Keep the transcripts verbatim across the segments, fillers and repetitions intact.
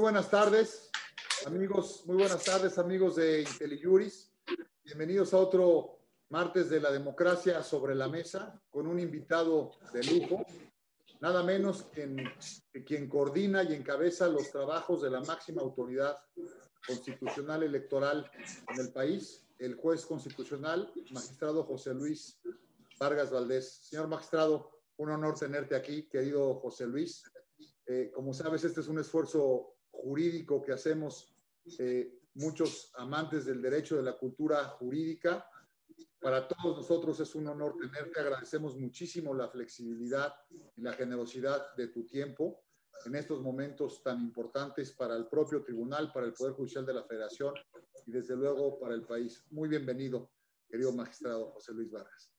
buenas tardes, amigos, muy buenas tardes, amigos de IntelliJuris. Bienvenidos a otro martes de la democracia sobre la mesa, con un invitado de lujo, nada menos que, que quien coordina y encabeza los trabajos de la máxima autoridad constitucional electoral en el país, el juez constitucional, magistrado José Luis Vargas Valdés. Señor magistrado, un honor tenerte aquí, querido José Luis. Eh, como sabes, este es un esfuerzo jurídico que hacemos eh, muchos amantes del derecho, de la cultura jurídica. Para todos nosotros es un honor tenerte. Agradecemos muchísimo la flexibilidad y la generosidad de tu tiempo en estos momentos tan importantes para el propio tribunal, para el Poder Judicial de la Federación y desde luego para el país. Muy bienvenido, querido magistrado José Luis Vargas.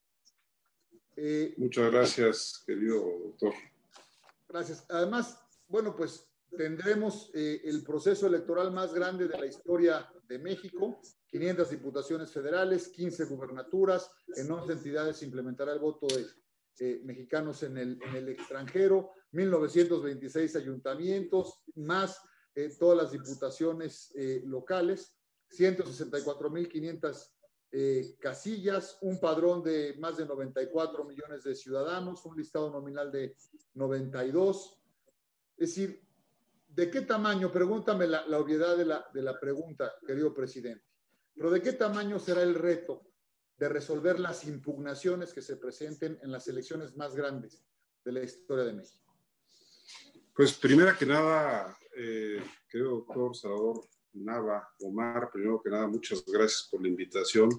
Eh, Muchas gracias, querido doctor. Gracias. Además, bueno, pues tendremos eh, el proceso electoral más grande de la historia de México, quinientas diputaciones federales, quince gubernaturas, en once entidades se implementará el voto de eh, mexicanos en el, en el extranjero, mil novecientos veintiséis ayuntamientos, más eh, todas las diputaciones eh, locales, ciento sesenta y cuatro mil quinientas eh, casillas, un padrón de más de noventa y cuatro millones de ciudadanos, un listado nominal de noventa y dos. Es decir, ¿de qué tamaño? Pregúntame la, la obviedad de la, de la pregunta, querido presidente. Pero ¿de qué tamaño será el reto de resolver las impugnaciones que se presenten en las elecciones más grandes de la historia de México? Pues primero que nada, eh, querido doctor Salvador Nava, Omar, primero que nada, muchas gracias por la invitación.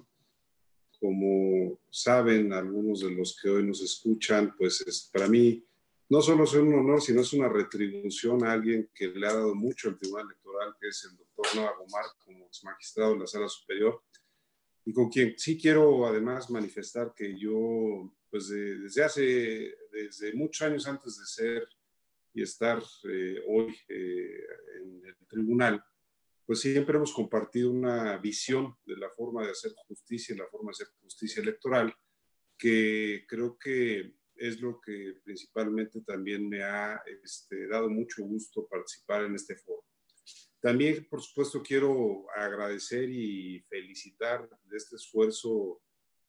Como saben algunos de los que hoy nos escuchan, pues es, para mí no solo es un honor, sino es una retribución a alguien que le ha dado mucho al Tribunal Electoral, que es el doctor Nava Omar, como ex magistrado de la Sala Superior, y con quien sí quiero además manifestar que yo, pues de, desde hace, desde muchos años antes de ser y estar eh, hoy eh, en el tribunal, pues siempre hemos compartido una visión de la forma de hacer justicia y la forma de hacer justicia electoral, que creo que es lo que principalmente también me ha este, dado mucho gusto participar en este foro. También, por supuesto, quiero agradecer y felicitar de este esfuerzo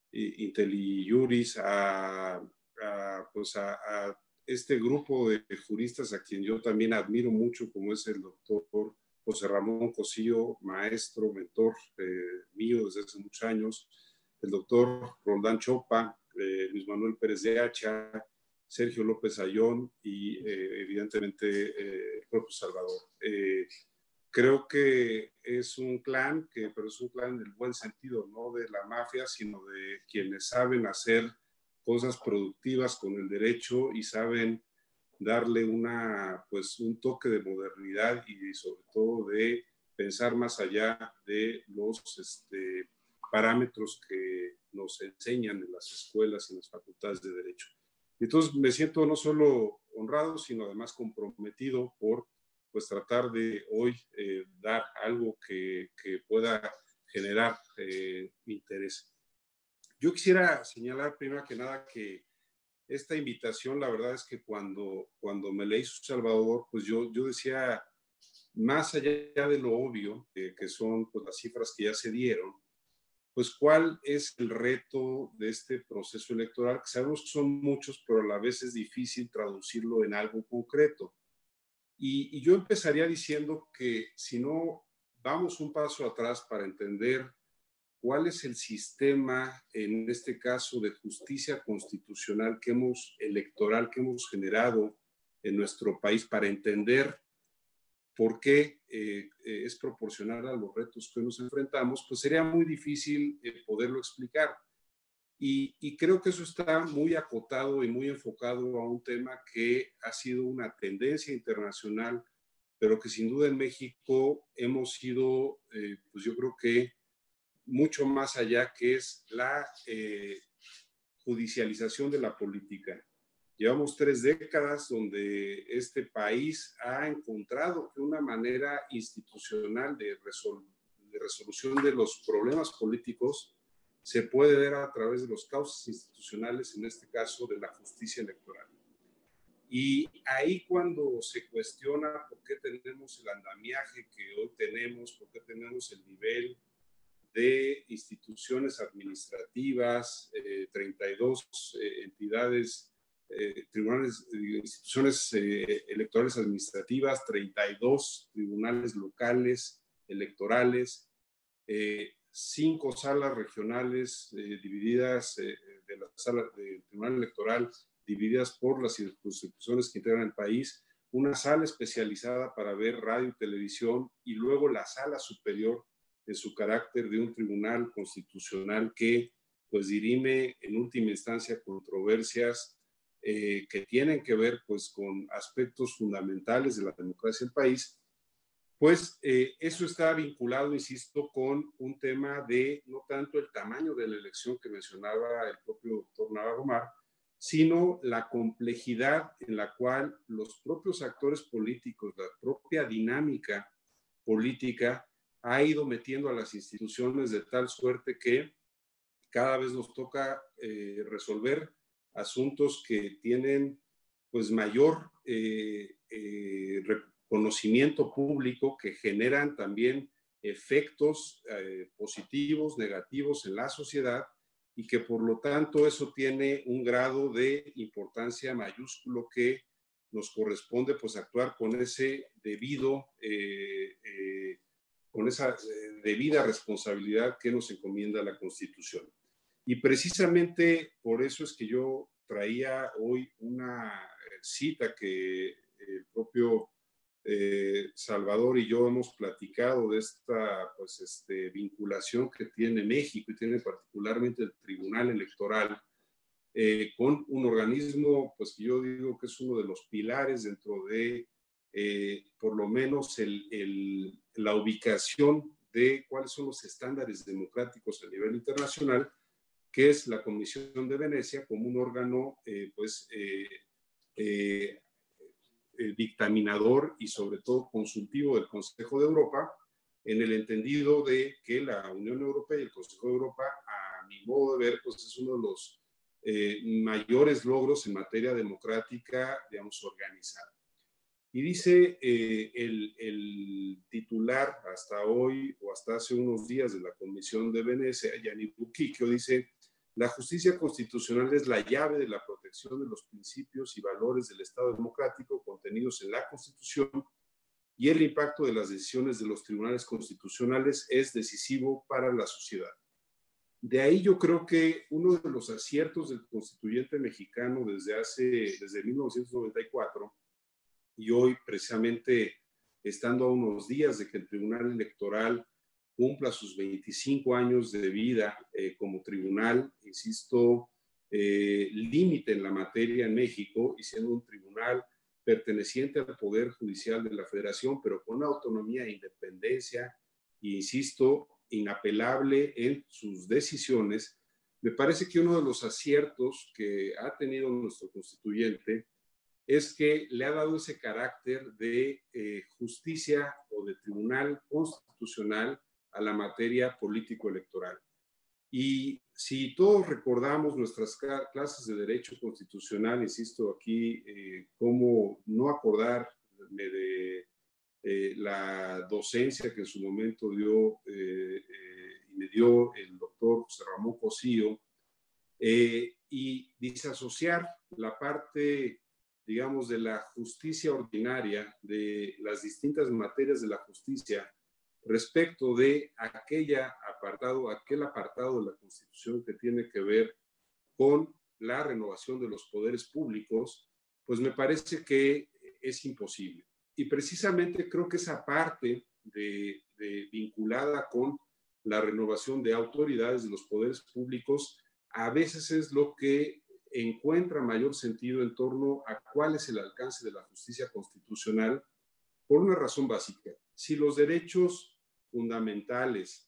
IntelliJuris a, a, pues a, a este grupo de juristas a quien yo también admiro mucho, como es el doctor José Ramón Cosillo, maestro, mentor eh, mío desde hace muchos años, el doctor Roldán Chopa, eh, Luis Manuel Pérez de Hacha, Sergio López Ayón y eh, evidentemente eh, el propio Salvador. Eh, creo que es un clan, que, pero es un clan en el buen sentido, no de la mafia, sino de quienes saben hacer cosas productivas con el derecho y saben darle una, pues, un toque de modernidad y sobre todo de pensar más allá de los este, parámetros que nos enseñan en las escuelas y en las facultades de Derecho. Entonces me siento no solo honrado, sino además comprometido por pues, tratar de hoy eh, dar algo que, que pueda generar eh, interés. Yo quisiera señalar primero que nada que esta invitación, la verdad es que cuando, cuando me la hizo Salvador, pues yo, yo decía, más allá de lo obvio, eh, que son pues, las cifras que ya se dieron, pues cuál es el reto de este proceso electoral, que sabemos que son muchos, pero a la vez es difícil traducirlo en algo concreto. Y, y yo empezaría diciendo que si no vamos un paso atrás para entender cuál es el sistema, en este caso, de justicia constitucional que hemos, electoral que hemos generado en nuestro país para entender por qué eh, eh, es proporcional a los retos que nos enfrentamos, pues sería muy difícil eh, poderlo explicar. Y, y creo que eso está muy acotado y muy enfocado a un tema que ha sido una tendencia internacional, pero que sin duda en México hemos sido, eh, pues yo creo que mucho más allá, que es la eh, judicialización de la política. Llevamos tres décadas donde este país ha encontrado que una manera institucional de, resol de resolución de los problemas políticos se puede ver a través de los cauces institucionales, en este caso de la justicia electoral. Y ahí cuando se cuestiona por qué tenemos el andamiaje que hoy tenemos, por qué tenemos el nivel de instituciones administrativas, eh, treinta y dos eh, entidades, eh, tribunales, eh, instituciones eh, electorales administrativas, treinta y dos tribunales locales electorales, eh, cinco salas regionales eh, divididas eh, de la sala del Tribunal Electoral, divididas por las circunscripciones que integran el país, una sala especializada para ver radio y televisión y luego la sala superior en su carácter de un tribunal constitucional que pues dirime en última instancia controversias eh, que tienen que ver pues con aspectos fundamentales de la democracia del país. Pues eh, eso está vinculado, insisto, con un tema de no tanto el tamaño de la elección que mencionaba el propio doctor Nava Gomar, sino la complejidad en la cual los propios actores políticos, la propia dinámica política, ha ido metiendo a las instituciones de tal suerte que cada vez nos toca eh, resolver asuntos que tienen pues mayor eh, eh, reconocimiento público, que generan también efectos eh, positivos, negativos en la sociedad y que por lo tanto eso tiene un grado de importancia mayúsculo que nos corresponde pues actuar con ese debido eh, eh, con esa eh, debida responsabilidad que nos encomienda la Constitución. Y precisamente por eso es que yo traía hoy una cita que el propio eh, Salvador y yo hemos platicado de esta pues, este, vinculación que tiene México y tiene particularmente el Tribunal Electoral eh, con un organismo pues, que yo digo que es uno de los pilares dentro de eh, por lo menos el, el, la ubicación de cuáles son los estándares democráticos a nivel internacional, que es la Comisión de Venecia como un órgano eh, pues, eh, eh, eh, dictaminador y sobre todo consultivo del Consejo de Europa, en el entendido de que la Unión Europea y el Consejo de Europa, a mi modo de ver, pues es uno de los eh, mayores logros en materia democrática, digamos, organizada. Y dice eh, el, el titular hasta hoy o hasta hace unos días de la Comisión de Venecia, Gianni Buquicchio, dice: la justicia constitucional es la llave de la protección de los principios y valores del Estado democrático contenidos en la Constitución y el impacto de las decisiones de los tribunales constitucionales es decisivo para la sociedad. De ahí yo creo que uno de los aciertos del constituyente mexicano desde hace, desde mil novecientos noventa y cuatro, y hoy precisamente estando a unos días de que el Tribunal Electoral cumpla sus veinticinco años de vida eh, como tribunal, insisto, eh, límite en la materia en México y siendo un tribunal perteneciente al Poder Judicial de la Federación, pero con autonomía e independencia, e insisto, inapelable en sus decisiones, me parece que uno de los aciertos que ha tenido nuestro constituyente es que le ha dado ese carácter de eh, justicia o de tribunal constitucional a la materia político-electoral. Y si todos recordamos nuestras clases de Derecho Constitucional, insisto aquí, eh, cómo no acordarme de eh, la docencia que en su momento dio eh, eh, y me dio el doctor José Ramón Cosío, eh, y disasociar la parte, digamos, de la justicia ordinaria, de las distintas materias de la justicia, respecto de aquella apartado, aquel apartado de la Constitución que tiene que ver con la renovación de los poderes públicos, pues me parece que es imposible. Y precisamente creo que esa parte de, de, vinculada con la renovación de autoridades de los poderes públicos a veces es lo que encuentra mayor sentido en torno a cuál es el alcance de la justicia constitucional por una razón básica. Si los derechos fundamentales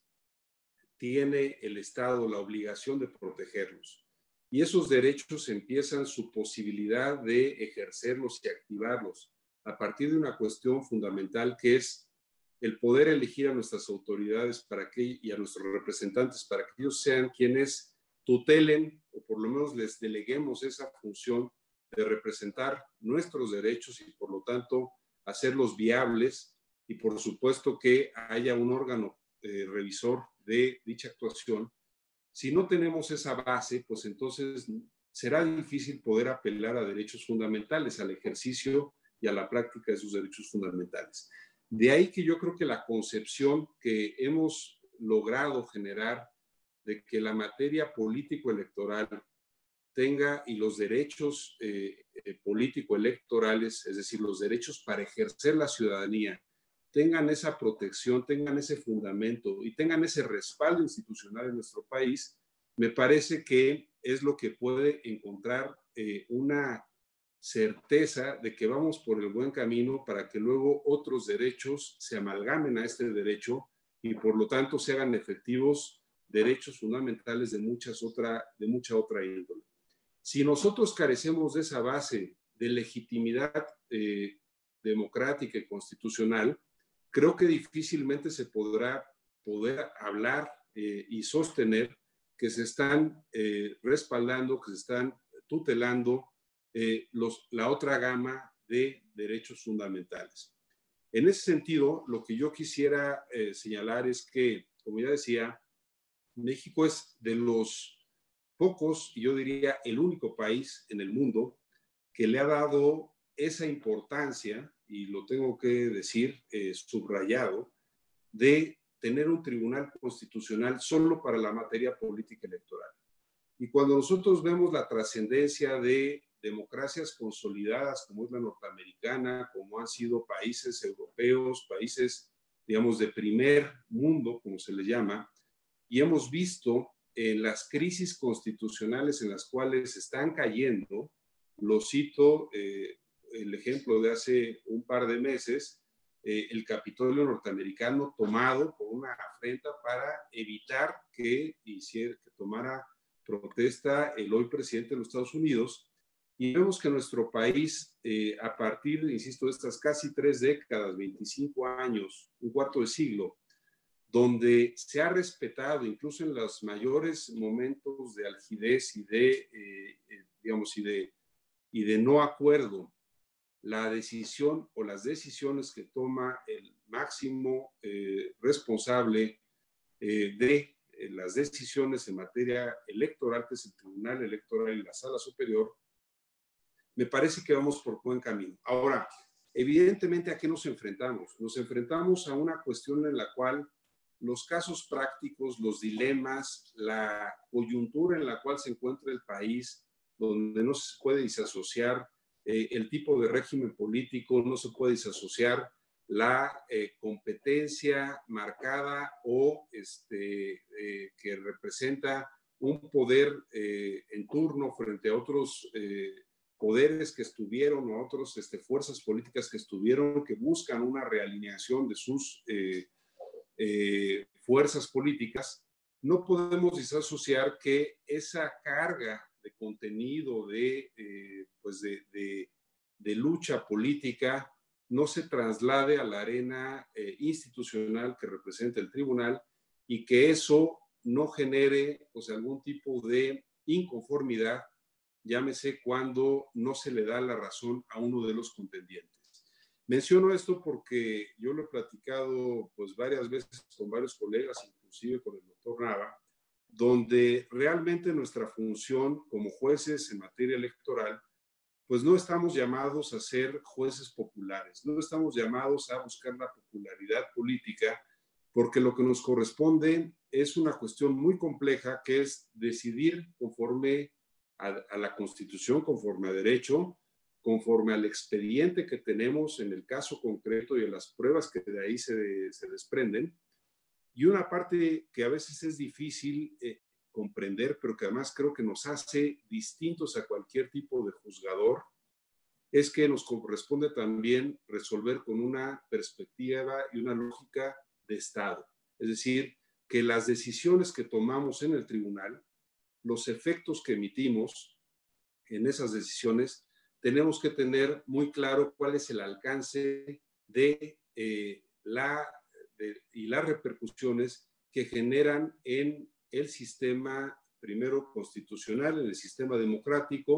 tiene el Estado la obligación de protegerlos y esos derechos empiezan su posibilidad de ejercerlos y activarlos a partir de una cuestión fundamental que es el poder elegir a nuestras autoridades para que, y a nuestros representantes para que ellos sean quienes tutelen o por lo menos les deleguemos esa función de representar nuestros derechos y por lo tanto hacerlos viables, y por supuesto que haya un órgano eh, revisor de dicha actuación. Si no tenemos esa base, pues entonces será difícil poder apelar a derechos fundamentales, al ejercicio y a la práctica de sus derechos fundamentales. De ahí que yo creo que la concepción que hemos logrado generar de que la materia político-electoral tenga y los derechos eh, eh, político-electorales, es decir, los derechos para ejercer la ciudadanía, tengan esa protección, tengan ese fundamento y tengan ese respaldo institucional en nuestro país, me parece que es lo que puede encontrar eh, una certeza de que vamos por el buen camino para que luego otros derechos se amalgamen a este derecho y por lo tanto se hagan efectivos derechos fundamentales de, muchas otra, de mucha otra índole. Si nosotros carecemos de esa base de legitimidad eh, democrática y constitucional, creo que difícilmente se podrá poder hablar eh, y sostener que se están eh, respaldando, que se están tutelando eh, los, la otra gama de derechos fundamentales. En ese sentido, lo que yo quisiera eh, señalar es que, como ya decía, México es de los pocos, y yo diría el único país en el mundo que le ha dado esa importancia, y lo tengo que decir eh, subrayado, de tener un tribunal constitucional solo para la materia política electoral. Y cuando nosotros vemos la trascendencia de democracias consolidadas como es la norteamericana, como han sido países europeos, países, digamos, de primer mundo, como se le llama, y hemos visto en las crisis constitucionales en las cuales están cayendo, lo cito, eh, el ejemplo de hace un par de meses, eh, el Capitolio norteamericano tomado por una afrenta para evitar que, hiciera, que tomara protesta el hoy presidente de los Estados Unidos. Y vemos que nuestro país, eh, a partir, insisto, de estas casi tres décadas, veinticinco años, un cuarto de siglo, donde se ha respetado, incluso en los mayores momentos de algidez y de, eh, eh, digamos, y de, y de no acuerdo, la decisión o las decisiones que toma el máximo eh, responsable eh, de eh, las decisiones en materia electoral, que es el Tribunal Electoral y la Sala Superior, me parece que vamos por buen camino. Ahora, evidentemente, ¿a qué nos enfrentamos? Nos enfrentamos a una cuestión en la cual los casos prácticos, los dilemas, la coyuntura en la cual se encuentra el país, donde no se puede disasociar eh, el tipo de régimen político, no se puede disasociar la eh, competencia marcada o este, eh, que representa un poder eh, en turno frente a otros eh, poderes que estuvieron o a otras este, fuerzas políticas que estuvieron, que buscan una realineación de sus eh, eh, fuerzas políticas, no podemos disasociar que esa carga de contenido, de, eh, pues de, de, de lucha política, no se traslade a la arena eh, institucional que representa el tribunal y que eso no genere pues, algún tipo de inconformidad, llámese cuando no se le da la razón a uno de los contendientes. Menciono esto porque yo lo he platicado pues, varias veces con varios colegas, inclusive con el doctor Nava, donde realmente nuestra función como jueces en materia electoral, pues no estamos llamados a ser jueces populares, no estamos llamados a buscar la popularidad política, porque lo que nos corresponde es una cuestión muy compleja, que es decidir conforme a, a la Constitución, conforme a derecho, conforme al expediente que tenemos en el caso concreto y a las pruebas que de ahí se, se desprenden. Y una parte que a veces es difícil eh, comprender, pero que además creo que nos hace distintos a cualquier tipo de juzgador, es que nos corresponde también resolver con una perspectiva y una lógica de Estado. Es decir, que las decisiones que tomamos en el tribunal, los efectos que emitimos en esas decisiones, tenemos que tener muy claro cuál es el alcance de, eh, la, de, y las repercusiones que generan en el sistema, primero constitucional, en el sistema democrático,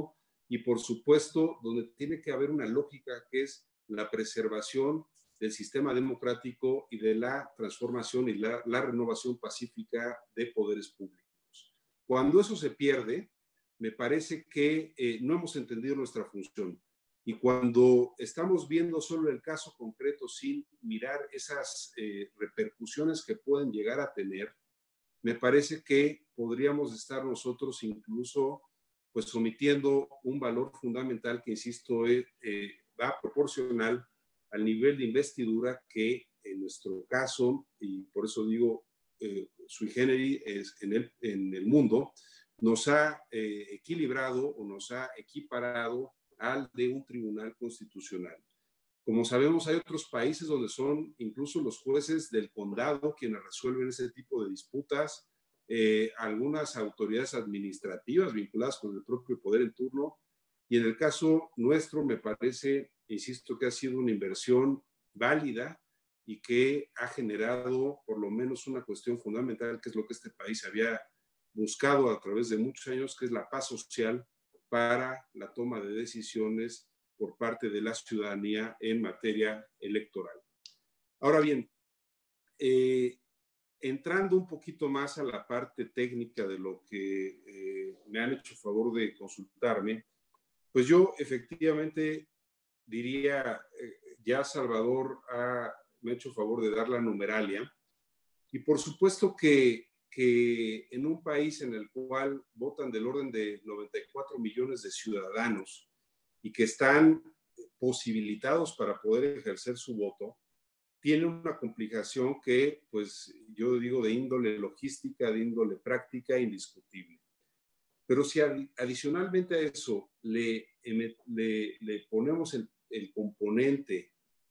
y por supuesto donde tiene que haber una lógica que es la preservación del sistema democrático y de la transformación y la, la renovación pacífica de poderes públicos. Cuando eso se pierde, me parece que eh, no hemos entendido nuestra función. Y cuando estamos viendo solo el caso concreto sin mirar esas eh, repercusiones que pueden llegar a tener, me parece que podríamos estar nosotros incluso pues omitiendo un valor fundamental que, insisto, eh, eh, va proporcional al nivel de investidura que en nuestro caso, y por eso digo eh, sui generis es en, el, en el mundo, nos ha eh, equilibrado o nos ha equiparado al de un tribunal constitucional. Como sabemos, hay otros países donde son incluso los jueces del condado quienes resuelven ese tipo de disputas, eh, algunas autoridades administrativas vinculadas con el propio poder en turno, y en el caso nuestro me parece, insisto, que ha sido una inversión válida y que ha generado por lo menos una cuestión fundamental, que es lo que este país había buscado a través de muchos años, que es la paz social para la toma de decisiones por parte de la ciudadanía en materia electoral. Ahora bien, eh, entrando un poquito más a la parte técnica de lo que eh, me han hecho favor de consultarme, pues yo efectivamente diría, eh, ya Salvador ha, me ha hecho favor de dar la numeralia, y por supuesto que, que en un país en el cual votan del orden de noventa y cuatro millones de ciudadanos y que están posibilitados para poder ejercer su voto, tiene una complicación que, pues, yo digo de índole logística, de índole práctica, indiscutible. Pero si adicionalmente a eso le, le, le ponemos el, el componente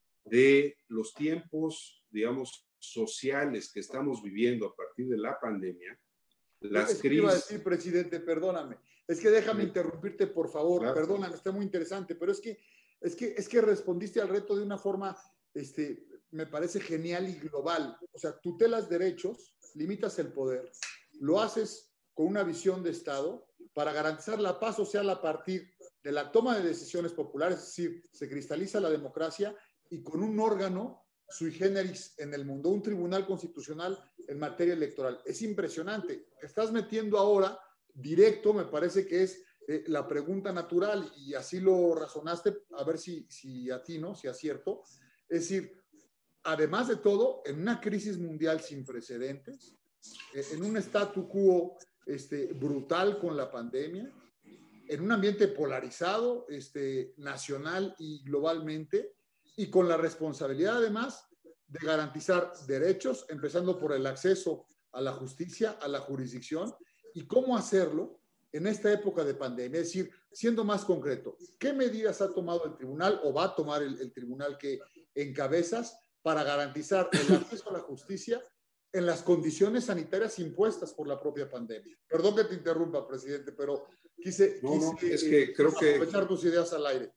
de los tiempos, digamos, sociales que estamos viviendo a partir de la pandemia, las es que crisis... iba a decir, presidente, perdóname. Es que déjame sí. interrumpirte, por favor. Claro. Perdóname, está muy interesante, pero es que, es que, es que respondiste al reto de una forma, este, me parece genial y global. O sea, tutelas derechos, limitas el poder, lo haces con una visión de Estado para garantizar la paz social a partir de la toma de decisiones populares, es decir, se cristaliza la democracia y con un órgano sui generis en el mundo, un tribunal constitucional en materia electoral. Es impresionante. Te estás metiendo ahora directo, me parece que es eh, la pregunta natural, y así lo razonaste, a ver si, si atino, si acierto. Es decir, además de todo, en una crisis mundial sin precedentes, eh, en un statu quo este, brutal con la pandemia, en un ambiente polarizado, este, nacional y globalmente, y con la responsabilidad además de garantizar derechos, empezando por el acceso a la justicia, a la jurisdicción, y cómo hacerlo en esta época de pandemia. Es decir, siendo más concreto, ¿qué medidas ha tomado el tribunal o va a tomar el, el tribunal que encabezas para garantizar el acceso a la justicia en las condiciones sanitarias impuestas por la propia pandemia? Perdón que te interrumpa, presidente, pero quise, no, quise no, es que eh, creo aprovechar que tus ideas al aire.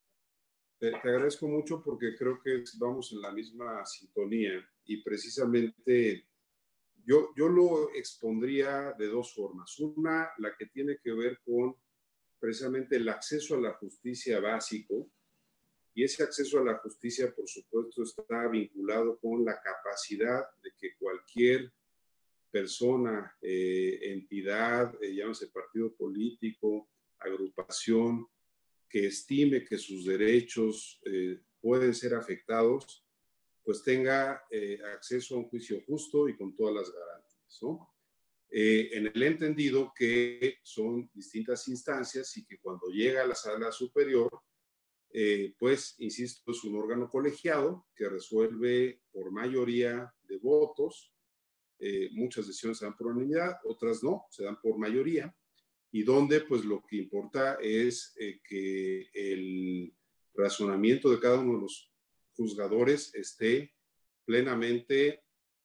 Te, te agradezco mucho porque creo que vamos en la misma sintonía y precisamente yo, yo lo expondría de dos formas. Una, la que tiene que ver con precisamente el acceso a la justicia básico, y ese acceso a la justicia, por supuesto, está vinculado con la capacidad de que cualquier persona, eh, entidad, eh, llámese partido político, agrupación, que estime que sus derechos eh, pueden ser afectados, pues tenga eh, acceso a un juicio justo y con todas las garantías, ¿no? Eh, en el entendido que son distintas instancias y que cuando llega a la sala superior, eh, pues, insisto, es un órgano colegiado que resuelve por mayoría de votos. Eh, muchas decisiones se dan por unanimidad, otras no, se dan por mayoría, y donde pues lo que importa es eh, que el razonamiento de cada uno de los juzgadores esté plenamente,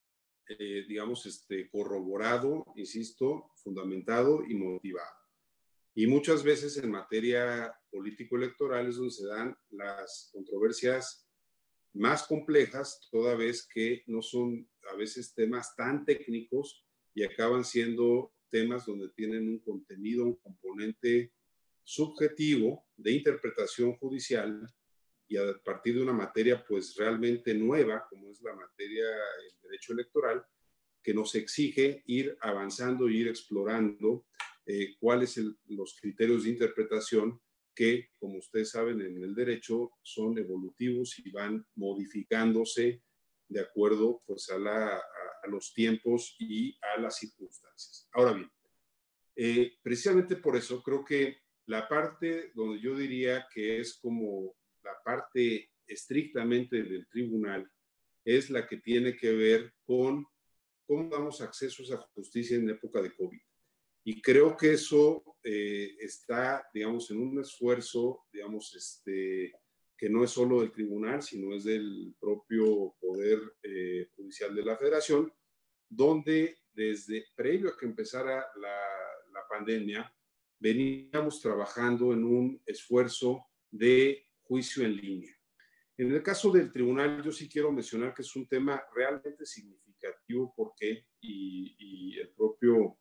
eh, digamos, este, corroborado, insisto, fundamentado y motivado. Y muchas veces en materia político-electoral es donde se dan las controversias más complejas, toda vez que no son a veces temas tan técnicos y acaban siendo temas donde tienen un contenido, un componente subjetivo de interpretación judicial y a partir de una materia pues realmente nueva, como es la materia del derecho electoral, que nos exige ir avanzando e ir explorando eh, cuáles son los criterios de interpretación que, como ustedes saben, en el derecho son evolutivos y van modificándose de acuerdo pues, a, la, a, a los tiempos y a las circunstancias. Ahora bien, eh, precisamente por eso creo que la parte donde yo diría que es como la parte estrictamente del tribunal es la que tiene que ver con cómo damos acceso a esa justicia en época de COVID. Y creo que eso eh, está, digamos, en un esfuerzo, digamos, este, que no es solo del tribunal, sino es del propio Poder eh, Judicial de la Federación, donde desde previo a que empezara la, la pandemia, veníamos trabajando en un esfuerzo de juicio en línea. En el caso del tribunal, yo sí quiero mencionar que es un tema realmente significativo porque, y, y el propio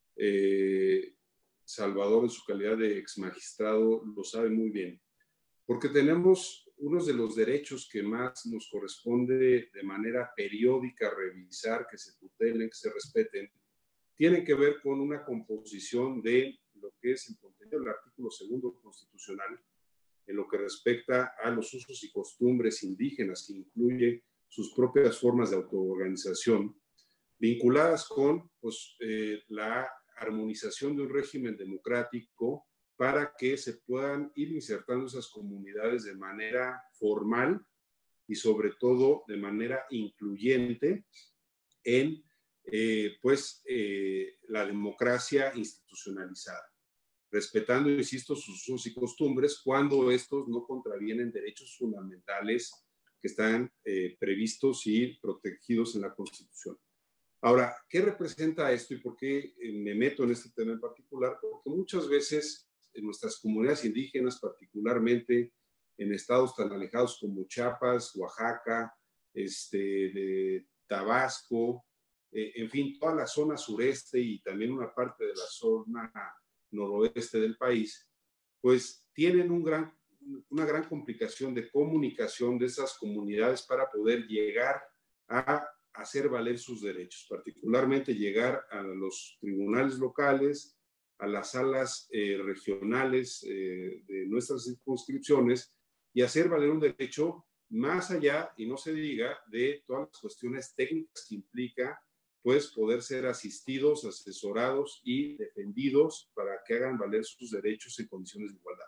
eh, Salvador en su calidad de ex magistrado lo sabe muy bien, porque tenemos unos de los derechos que más nos corresponde de manera periódica revisar, que se tutelen, que se respeten, tienen que ver con una composición de lo que es el contenido del artículo segundo constitucional, en lo que respecta a los usos y costumbres indígenas, que incluye sus propias formas de autoorganización, vinculadas con pues, eh, la armonización de un régimen democrático para que se puedan ir insertando esas comunidades de manera formal y sobre todo de manera incluyente en eh, pues, eh, la democracia institucionalizada, respetando, insisto, sus usos y costumbres cuando estos no contravienen derechos fundamentales que están eh, previstos y protegidos en la Constitución. Ahora, ¿qué representa esto y por qué me meto en este tema en particular? Porque muchas veces en nuestras comunidades indígenas, particularmente en estados tan alejados como Chiapas, Oaxaca, este, de Tabasco, eh, en fin, toda la zona sureste y también una parte de la zona noroeste del país, pues tienen un gran, una gran complicación de comunicación de esas comunidades para poder llegar a hacer valer sus derechos, particularmente llegar a los tribunales locales, a las salas eh, regionales eh, de nuestras circunscripciones y hacer valer un derecho más allá, y no se diga, de todas las cuestiones técnicas que implica pues poder ser asistidos, asesorados y defendidos para que hagan valer sus derechos en condiciones de igualdad.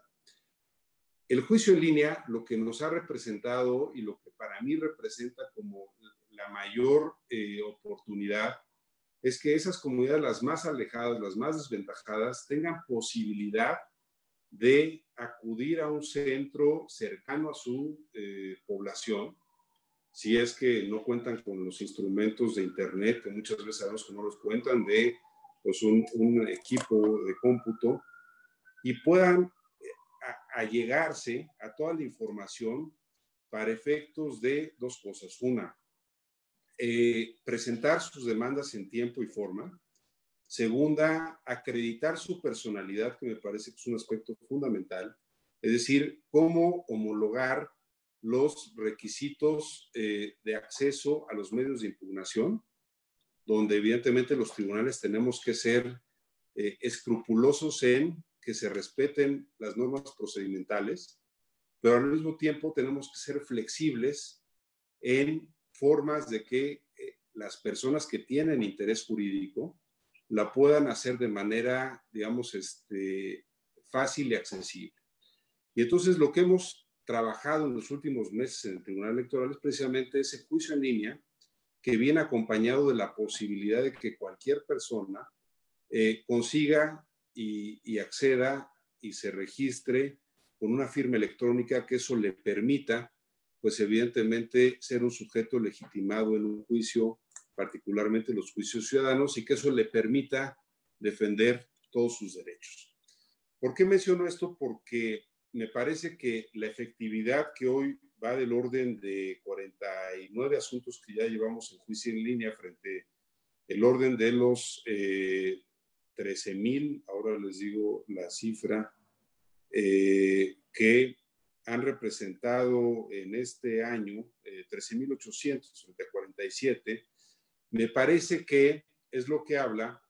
El juicio en línea, lo que nos ha representado y lo que para mí representa como la mayor eh, oportunidad es que esas comunidades, las más alejadas, las más desventajadas, tengan posibilidad de acudir a un centro cercano a su eh, población, si es que no cuentan con los instrumentos de internet, que muchas veces sabemos que no los cuentan, de pues, un, un equipo de cómputo, y puedan allegarse a, a toda la información para efectos de dos cosas. Una, eh, presentar sus demandas en tiempo y forma. Segunda, acreditar su personalidad, que me parece que es un aspecto fundamental, es decir, cómo homologar los requisitos eh, de acceso a los medios de impugnación, donde evidentemente los tribunales tenemos que ser eh, escrupulosos en que se respeten las normas procedimentales, pero al mismo tiempo tenemos que ser flexibles en formas de que eh, las personas que tienen interés jurídico la puedan hacer de manera, digamos, este, fácil y accesible. Y entonces lo que hemos trabajado en los últimos meses en el Tribunal Electoral es precisamente ese juicio en línea que viene acompañado de la posibilidad de que cualquier persona eh, consiga y, y acceda y se registre con una firma electrónica, que eso le permita, pues evidentemente, ser un sujeto legitimado en un juicio, particularmente los juicios ciudadanos, y que eso le permita defender todos sus derechos. ¿Por qué menciono esto? Porque me parece que la efectividad que hoy va del orden de cuarenta y nueve asuntos que ya llevamos en juicio en línea frente al orden de los eh, trece mil, ahora les digo la cifra, eh, que han representado en este año eh, trece mil ochocientos frente a cuarenta y siete, me parece que es lo que habla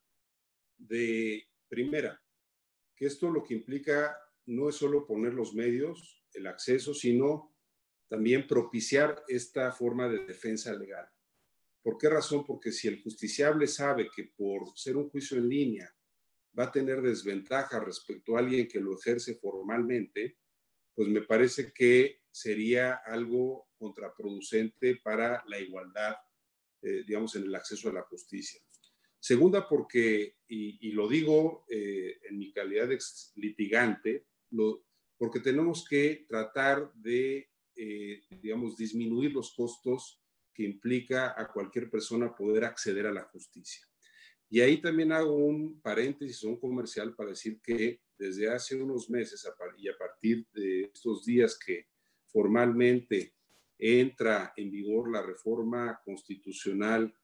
de, primera, que esto lo que implica no es solo poner los medios, el acceso, sino también propiciar esta forma de defensa legal. ¿Por qué razón? Porque si el justiciable sabe que por ser un juicio en línea va a tener desventaja respecto a alguien que lo ejerce formalmente, pues me parece que sería algo contraproducente para la igualdad, eh, digamos, en el acceso a la justicia. Segunda, porque, y, y lo digo eh, en mi calidad de litigante, lo, porque tenemos que tratar de, eh, digamos, disminuir los costos que implica a cualquier persona poder acceder a la justicia. Y ahí también hago un paréntesis, un comercial para decir que desde hace unos meses y a partir de estos días que formalmente entra en vigor la reforma constitucional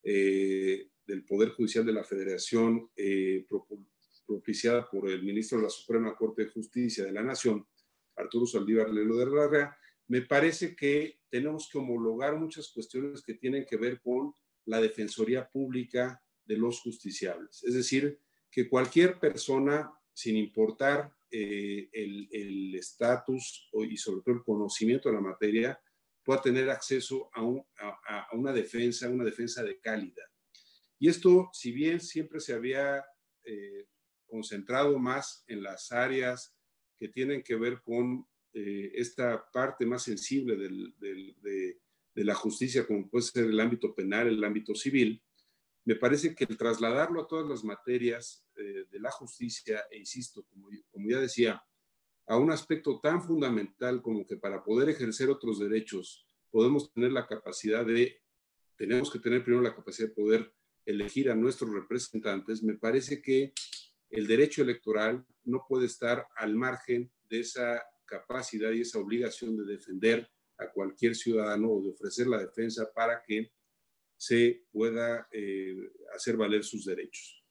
eh, del Poder Judicial de la Federación, eh, propiciada por el ministro de la Suprema Corte de Justicia de la Nación, Arturo Saldívar Lelo de Larrea, me parece que tenemos que homologar muchas cuestiones que tienen que ver con la defensoría pública de los justiciables. Es decir, que cualquier persona, sin importar eh, el estatus y sobre todo el conocimiento de la materia, pueda tener acceso a, un, a, a una defensa, una defensa de calidad. Y esto, si bien siempre se había eh, concentrado más en las áreas que tienen que ver con eh, esta parte más sensible del, del, de, de la justicia, como puede ser el ámbito penal, el ámbito civil, me parece que el trasladarlo a todas las materias eh, de la justicia, e insisto, como, como ya decía, a un aspecto tan fundamental como que para poder ejercer otros derechos podemos tener la capacidad de, tenemos que tener primero la capacidad de poder elegir a nuestros representantes, me parece que el derecho electoral no puede estar al margen de esa capacidad y esa obligación de defender a cualquier ciudadano o de ofrecer la defensa para que se pueda eh, hacer valer sus derechos.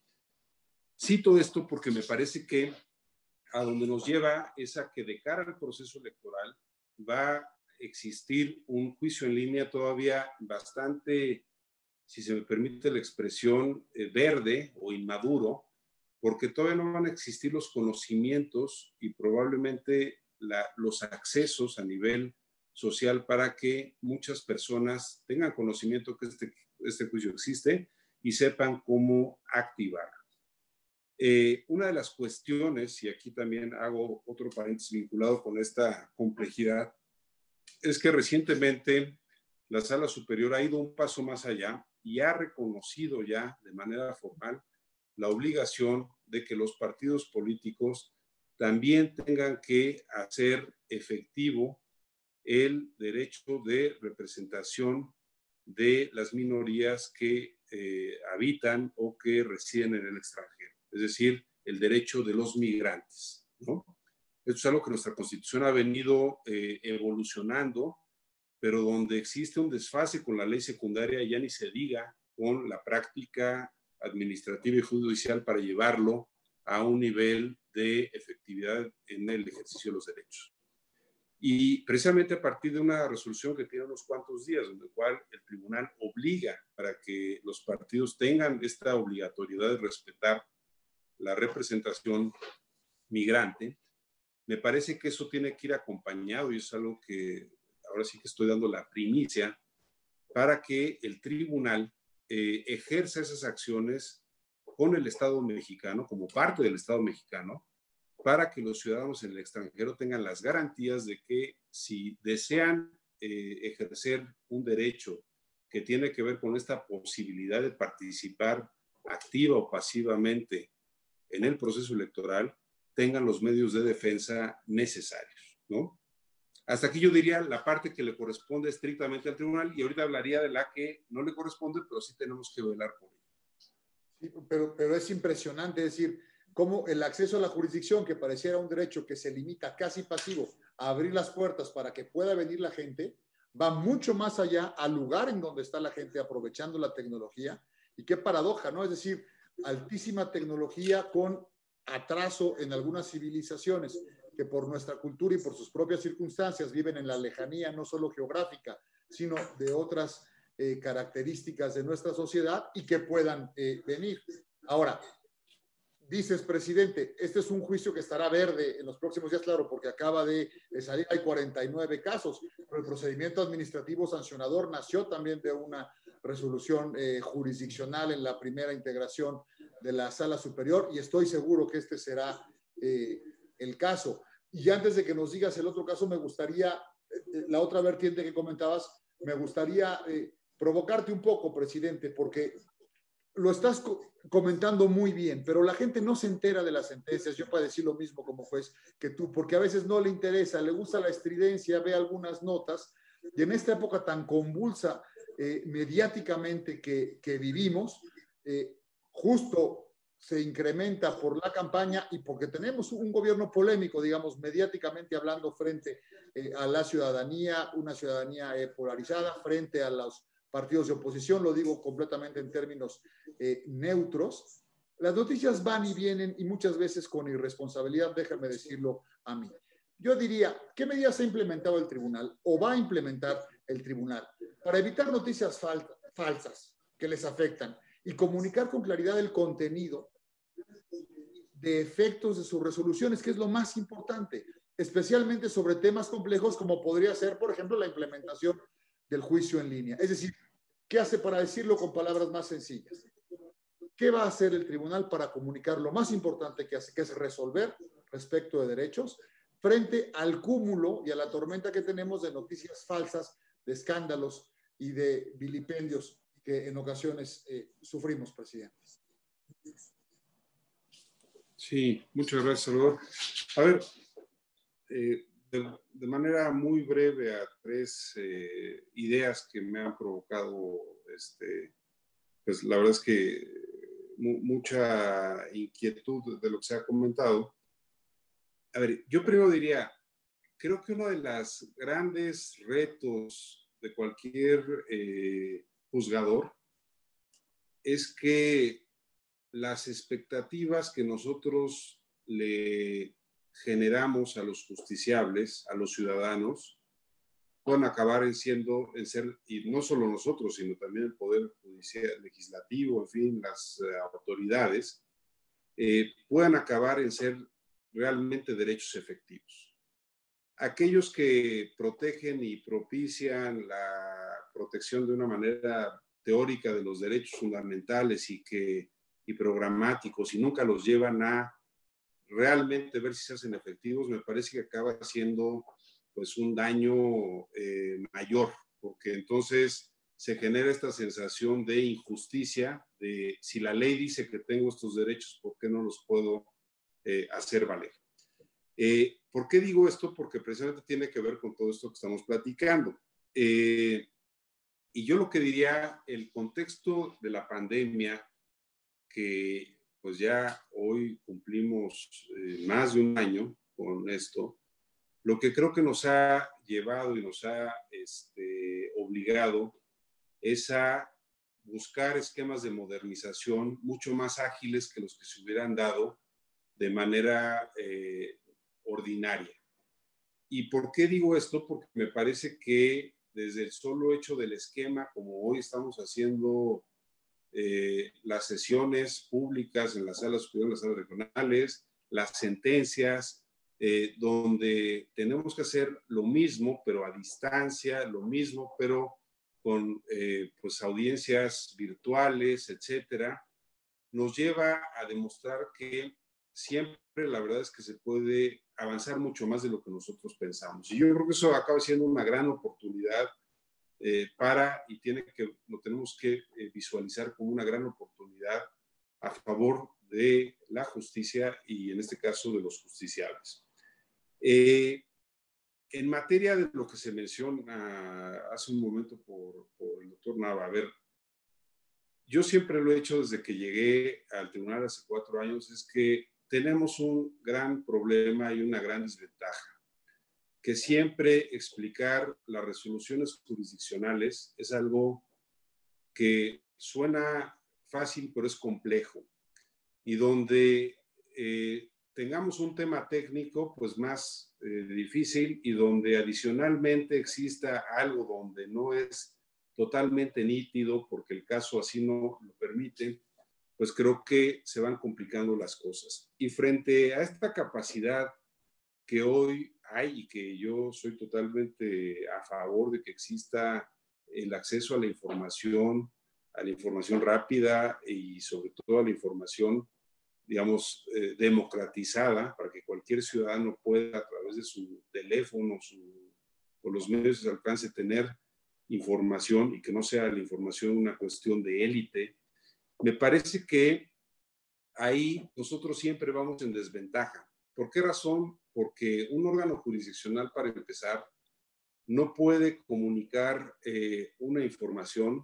Cito esto porque me parece que a donde nos lleva es a que de cara al proceso electoral va a existir un juicio en línea todavía bastante, si se me permite la expresión, eh, verde o inmaduro, porque todavía no van a existir los conocimientos y probablemente la, los accesos a nivel social para que muchas personas tengan conocimiento que este, este juicio existe y sepan cómo activarlo. Eh, una de las cuestiones, y aquí también hago otro paréntesis vinculado con esta complejidad, es que recientemente la Sala Superior ha ido un paso más allá y ha reconocido ya de manera formal la obligación de que los partidos políticos también tengan que hacer efectivo el derecho de representación de las minorías que eh, habitan o que residen en el extranjero, es decir, el derecho de los migrantes, ¿no? Esto es algo que nuestra Constitución ha venido eh, evolucionando, pero donde existe un desfase con la ley secundaria, ya ni se diga con la práctica administrativa y judicial para llevarlo a un nivel de efectividad en el ejercicio de los derechos. Y precisamente a partir de una resolución que tiene unos cuantos días, en el cual el tribunal obliga para que los partidos tengan esta obligatoriedad de respetar la representación migrante, me parece que eso tiene que ir acompañado, y es algo que ahora sí que estoy dando la primicia, para que el tribunal eh, ejerza esas acciones con el Estado mexicano, como parte del Estado mexicano, para que los ciudadanos en el extranjero tengan las garantías de que si desean eh, ejercer un derecho que tiene que ver con esta posibilidad de participar activa o pasivamente en el proceso electoral, tengan los medios de defensa necesarios, ¿no? Hasta aquí yo diría la parte que le corresponde estrictamente al tribunal, y ahorita hablaría de la que no le corresponde, pero sí tenemos que velar por ella. Sí, pero, pero es impresionante, es decir, cómo el acceso a la jurisdicción, que pareciera un derecho que se limita casi pasivo a abrir las puertas para que pueda venir la gente, va mucho más allá al lugar en donde está la gente aprovechando la tecnología. Y qué paradoja, ¿no? Es decir, altísima tecnología con atraso en algunas civilizaciones. que por nuestra cultura y por sus propias circunstancias viven en la lejanía, no solo geográfica, sino de otras eh, características de nuestra sociedad y que puedan eh, venir. Ahora, dices, presidente, este es un juicio que estará verde en los próximos días, claro, porque acaba de, de salir, hay cuarenta y nueve casos, pero el procedimiento administrativo sancionador nació también de una resolución eh, jurisdiccional en la primera integración de la Sala Superior y estoy seguro que este será eh, el caso. Y antes de que nos digas el otro caso, me gustaría, eh, la otra vertiente que comentabas, me gustaría eh, provocarte un poco, presidente, porque lo estás co comentando muy bien, pero la gente no se entera de las sentencias. Yo puedo decir lo mismo como juez que tú, porque a veces no le interesa, le gusta la estridencia, ve algunas notas, y en esta época tan convulsa eh, mediáticamente que, que vivimos, eh, justo se incrementa por la campaña y porque tenemos un gobierno polémico, digamos, mediáticamente hablando, frente eh, a la ciudadanía, una ciudadanía eh, polarizada, frente a los partidos de oposición, lo digo completamente en términos eh, neutros. Las noticias van y vienen y muchas veces con irresponsabilidad, déjame decirlo a mí. Yo diría, ¿qué medidas ha implementado el tribunal o va a implementar el tribunal para evitar noticias fal falsas que les afectan y comunicar con claridad el contenido de efectos de sus resoluciones, que es lo más importante, especialmente sobre temas complejos como podría ser, por ejemplo, la implementación del juicio en línea? Es decir, ¿qué hace, para decirlo con palabras más sencillas? ¿Qué va a hacer el tribunal para comunicar lo más importante que hace, que es resolver respecto de derechos, frente al cúmulo y a la tormenta que tenemos de noticias falsas, de escándalos y de vilipendios que en ocasiones eh, sufrimos, presidente? Sí, muchas gracias, Salvador. A ver, eh, de, de manera muy breve a tres eh, ideas que me han provocado, este, pues la verdad es que mu mucha inquietud de lo que se ha comentado. A ver, yo primero diría, creo que uno de los grandes retos de cualquier eh, juzgador es que las expectativas que nosotros le generamos a los justiciables, a los ciudadanos, puedan acabar en siendo, en ser, y no solo nosotros, sino también el Poder Judicial, Legislativo, en fin, las eh, autoridades, eh, puedan acabar en ser realmente derechos efectivos. Aquellos que protegen y propician la protección de una manera teórica de los derechos fundamentales y que y programáticos y nunca los llevan a realmente ver si se hacen efectivos, me parece que acaba siendo pues un daño eh, mayor, porque entonces se genera esta sensación de injusticia, de si la ley dice que tengo estos derechos, ¿por qué no los puedo eh, hacer valer? Eh, ¿Por qué digo esto? Porque precisamente tiene que ver con todo esto que estamos platicando. Eh, y yo lo que diría, el contexto de la pandemia, que pues ya hoy cumplimos eh, más de un año con esto, lo que creo que nos ha llevado y nos ha este, obligado es a buscar esquemas de modernización mucho más ágiles que los que se hubieran dado de manera eh, ordinaria. ¿Y por qué digo esto? Porque me parece que desde el solo hecho del esquema, como hoy estamos haciendo eh, las sesiones públicas en las salas superiores, en las salas regionales, las sentencias, eh, donde tenemos que hacer lo mismo, pero a distancia, lo mismo, pero con eh, pues audiencias virtuales, etcétera, nos lleva a demostrar que siempre la verdad es que se puede avanzar mucho más de lo que nosotros pensamos. Y yo creo que eso acaba siendo una gran oportunidad eh, para, y tiene que, lo tenemos que eh, visualizar como una gran oportunidad a favor de la justicia y en este caso de los justiciables. Eh, en materia de lo que se menciona hace un momento por, por el doctor Nava, a ver, yo siempre lo he hecho desde que llegué al tribunal hace cuatro años, es que tenemos un gran problema y una gran desventaja, que siempre explicar las resoluciones jurisdiccionales es algo que suena fácil, pero es complejo, y donde eh, tengamos un tema técnico pues más eh, difícil y donde adicionalmente exista algo donde no es totalmente nítido porque el caso así no lo permite, pues creo que se van complicando las cosas. Y frente a esta capacidad que hoy hay y que yo soy totalmente a favor de que exista el acceso a la información, a la información rápida y sobre todo a la información, digamos, eh, democratizada para que cualquier ciudadano pueda a través de su teléfono su, o los medios de alcance tener información y que no sea la información una cuestión de élite. Me parece que ahí nosotros siempre vamos en desventaja. ¿Por qué razón? Porque un órgano jurisdiccional, para empezar, no puede comunicar eh, una información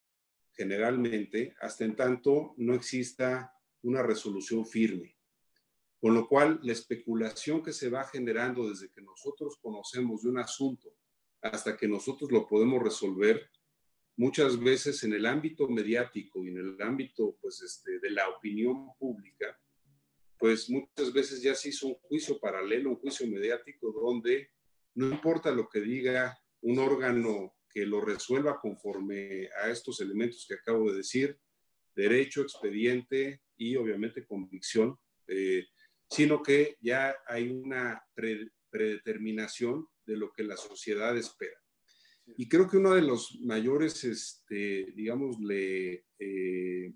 generalmente hasta en tanto no exista una resolución firme. Con lo cual, la especulación que se va generando desde que nosotros conocemos de un asunto hasta que nosotros lo podemos resolver, muchas veces en el ámbito mediático y en el ámbito pues, este, de la opinión pública, pues muchas veces ya se hizo un juicio paralelo, un juicio mediático, donde no importa lo que diga un órgano que lo resuelva conforme a estos elementos que acabo de decir, derecho, expediente y obviamente convicción, eh, sino que ya hay una pre predeterminación de lo que la sociedad espera. Y creo que uno de los mayores, este, digámosle, eh,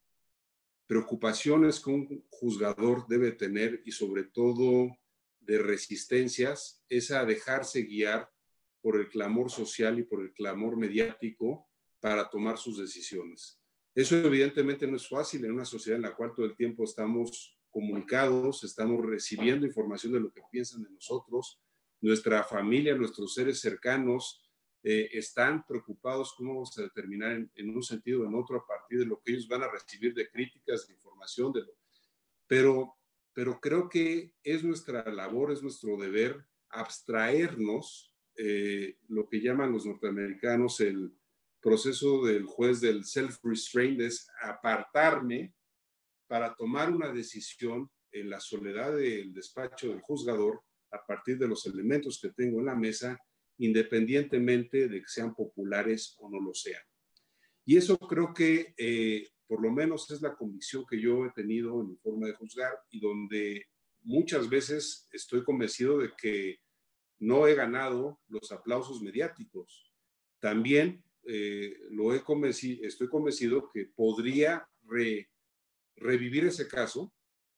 preocupaciones que un juzgador debe tener y sobre todo de resistencias es a dejarse guiar por el clamor social y por el clamor mediático para tomar sus decisiones. Eso evidentemente no es fácil en una sociedad en la cual todo el tiempo estamos comunicados, estamos recibiendo información de lo que piensan de nosotros, nuestra familia, nuestros seres cercanos, Eh, están preocupados cómo vamos a determinar en, en un sentido o en otro a partir de lo que ellos van a recibir de críticas, de información, de lo, pero, pero creo que es nuestra labor, es nuestro deber abstraernos, eh, lo que llaman los norteamericanos el proceso del juez del self-restraint, es apartarme para tomar una decisión en la soledad del despacho del juzgador a partir de los elementos que tengo en la mesa, independientemente de que sean populares o no lo sean. Y eso creo que eh, por lo menos es la convicción que yo he tenido en mi forma de juzgar y donde muchas veces estoy convencido de que no he ganado los aplausos mediáticos. También eh, lo he convencido, estoy convencido que podría re, revivir ese caso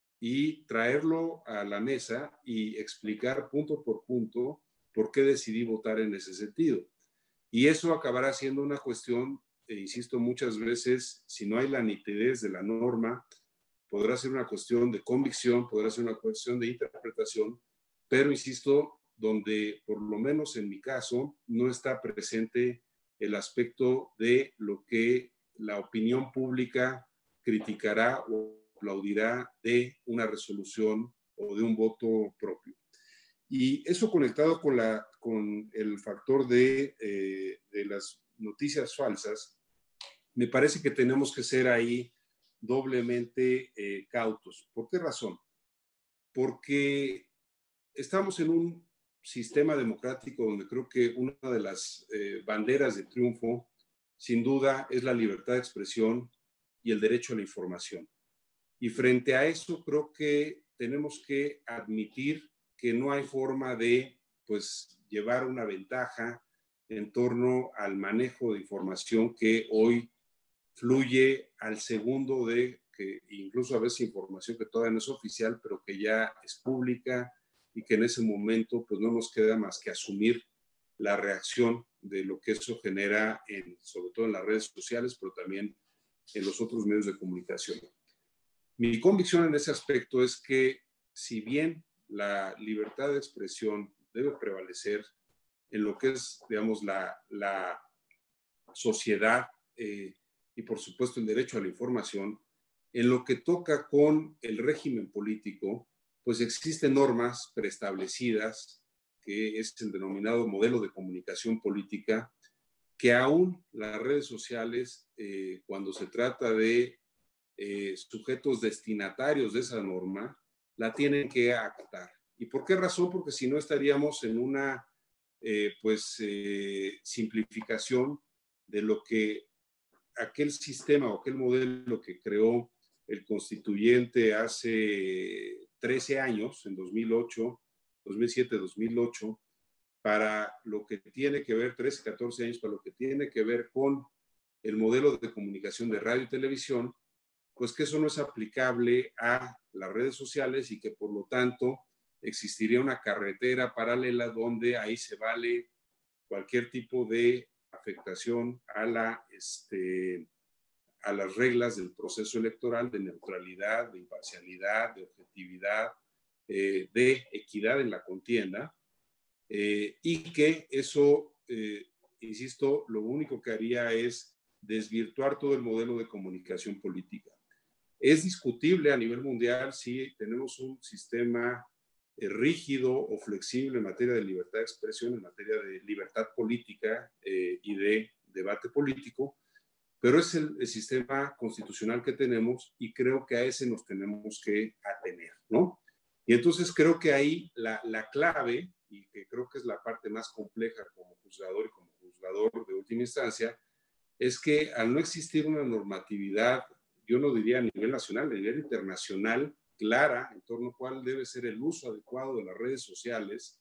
y traerlo a la mesa y explicar punto por punto por qué decidí votar en ese sentido. Y eso acabará siendo una cuestión, e insisto muchas veces, si no hay la nitidez de la norma, podrá ser una cuestión de convicción, podrá ser una cuestión de interpretación, pero insisto, donde por lo menos en mi caso no está presente el aspecto de lo que la opinión pública criticará o aplaudirá de una resolución o de un voto propio. Y eso conectado con, la, con el factor de, eh, de las noticias falsas, me parece que tenemos que ser ahí doblemente eh, cautos. ¿Por qué razón? Porque estamos en un sistema democrático donde creo que una de las eh, banderas de triunfo, sin duda, es la libertad de expresión y el derecho a la información. Y frente a eso, creo que tenemos que admitir que no hay forma de pues, llevar una ventaja en torno al manejo de información que hoy fluye al segundo de que incluso a veces información que todavía no es oficial, pero que ya es pública y que en ese momento pues no nos queda más que asumir la reacción de lo que eso genera, en, sobre todo en las redes sociales, pero también en los otros medios de comunicación. Mi convicción en ese aspecto es que si bien la libertad de expresión debe prevalecer en lo que es, digamos, la, la sociedad eh, y por supuesto el derecho a la información, en lo que toca con el régimen político, pues existen normas preestablecidas, que es el denominado modelo de comunicación política, que aún las redes sociales, eh, cuando se trata de eh, sujetos destinatarios de esa norma, la tienen que acatar. ¿Y por qué razón? Porque si no estaríamos en una eh, pues, eh, simplificación de lo que aquel sistema o aquel modelo que creó el constituyente hace trece años, en dos mil ocho, dos mil siete, dos mil ocho, para lo que tiene que ver, trece, catorce años, para lo que tiene que ver con el modelo de comunicación de radio y televisión, pues que eso no es aplicable a las redes sociales y que por lo tanto existiría una carretera paralela donde ahí se vale cualquier tipo de afectación a, la, este, a las reglas del proceso electoral, de neutralidad, de imparcialidad, de objetividad, eh, de equidad en la contienda, eh, y que eso, eh, insisto, lo único que haría es desvirtuar todo el modelo de comunicación política. Es discutible a nivel mundial si tenemos un sistema eh, rígido o flexible en materia de libertad de expresión, en materia de libertad política eh, y de debate político, pero es el, el sistema constitucional que tenemos y creo que a ese nos tenemos que atener, ¿no? Y entonces creo que ahí la, la clave, y que creo que es la parte más compleja como juzgador y como juzgador de última instancia, es que al no existir una normatividad, yo no diría a nivel nacional, a nivel internacional, clara en torno a cuál debe ser el uso adecuado de las redes sociales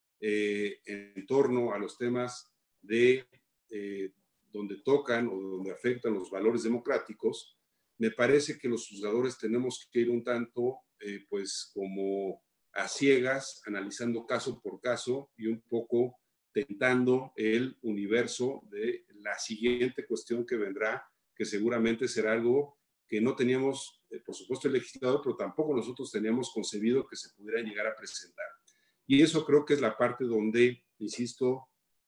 eh, en torno a los temas de eh, donde tocan o donde afectan los valores democráticos, me parece que los juzgadores tenemos que ir un tanto, eh, pues, como a ciegas, analizando caso por caso y un poco tentando el universo de la siguiente cuestión que vendrá, que seguramente será algo que no teníamos, eh, por supuesto, el legislador, pero tampoco nosotros teníamos concebido que se pudiera llegar a presentar. Y eso creo que es la parte donde, insisto,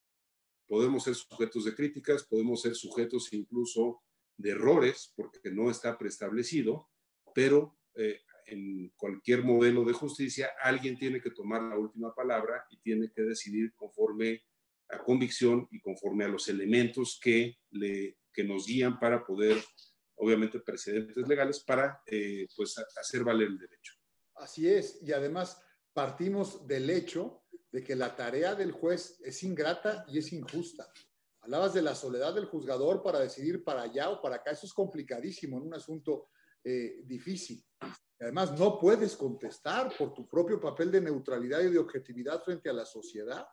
podemos ser sujetos de críticas, podemos ser sujetos incluso de errores, porque no está preestablecido, pero eh, en cualquier modelo de justicia, alguien tiene que tomar la última palabra y tiene que decidir conforme a convicción y conforme a los elementos que, le, que nos guían para poder, obviamente, precedentes legales para eh, pues, hacer valer el derecho. Así es, y además partimos del hecho de que la tarea del juez es ingrata y es injusta. Hablabas de la soledad del juzgador para decidir para allá o para acá. Eso es complicadísimo en un asunto eh, difícil. Además, no puedes contestar por tu propio papel de neutralidad y de objetividad frente a la sociedad.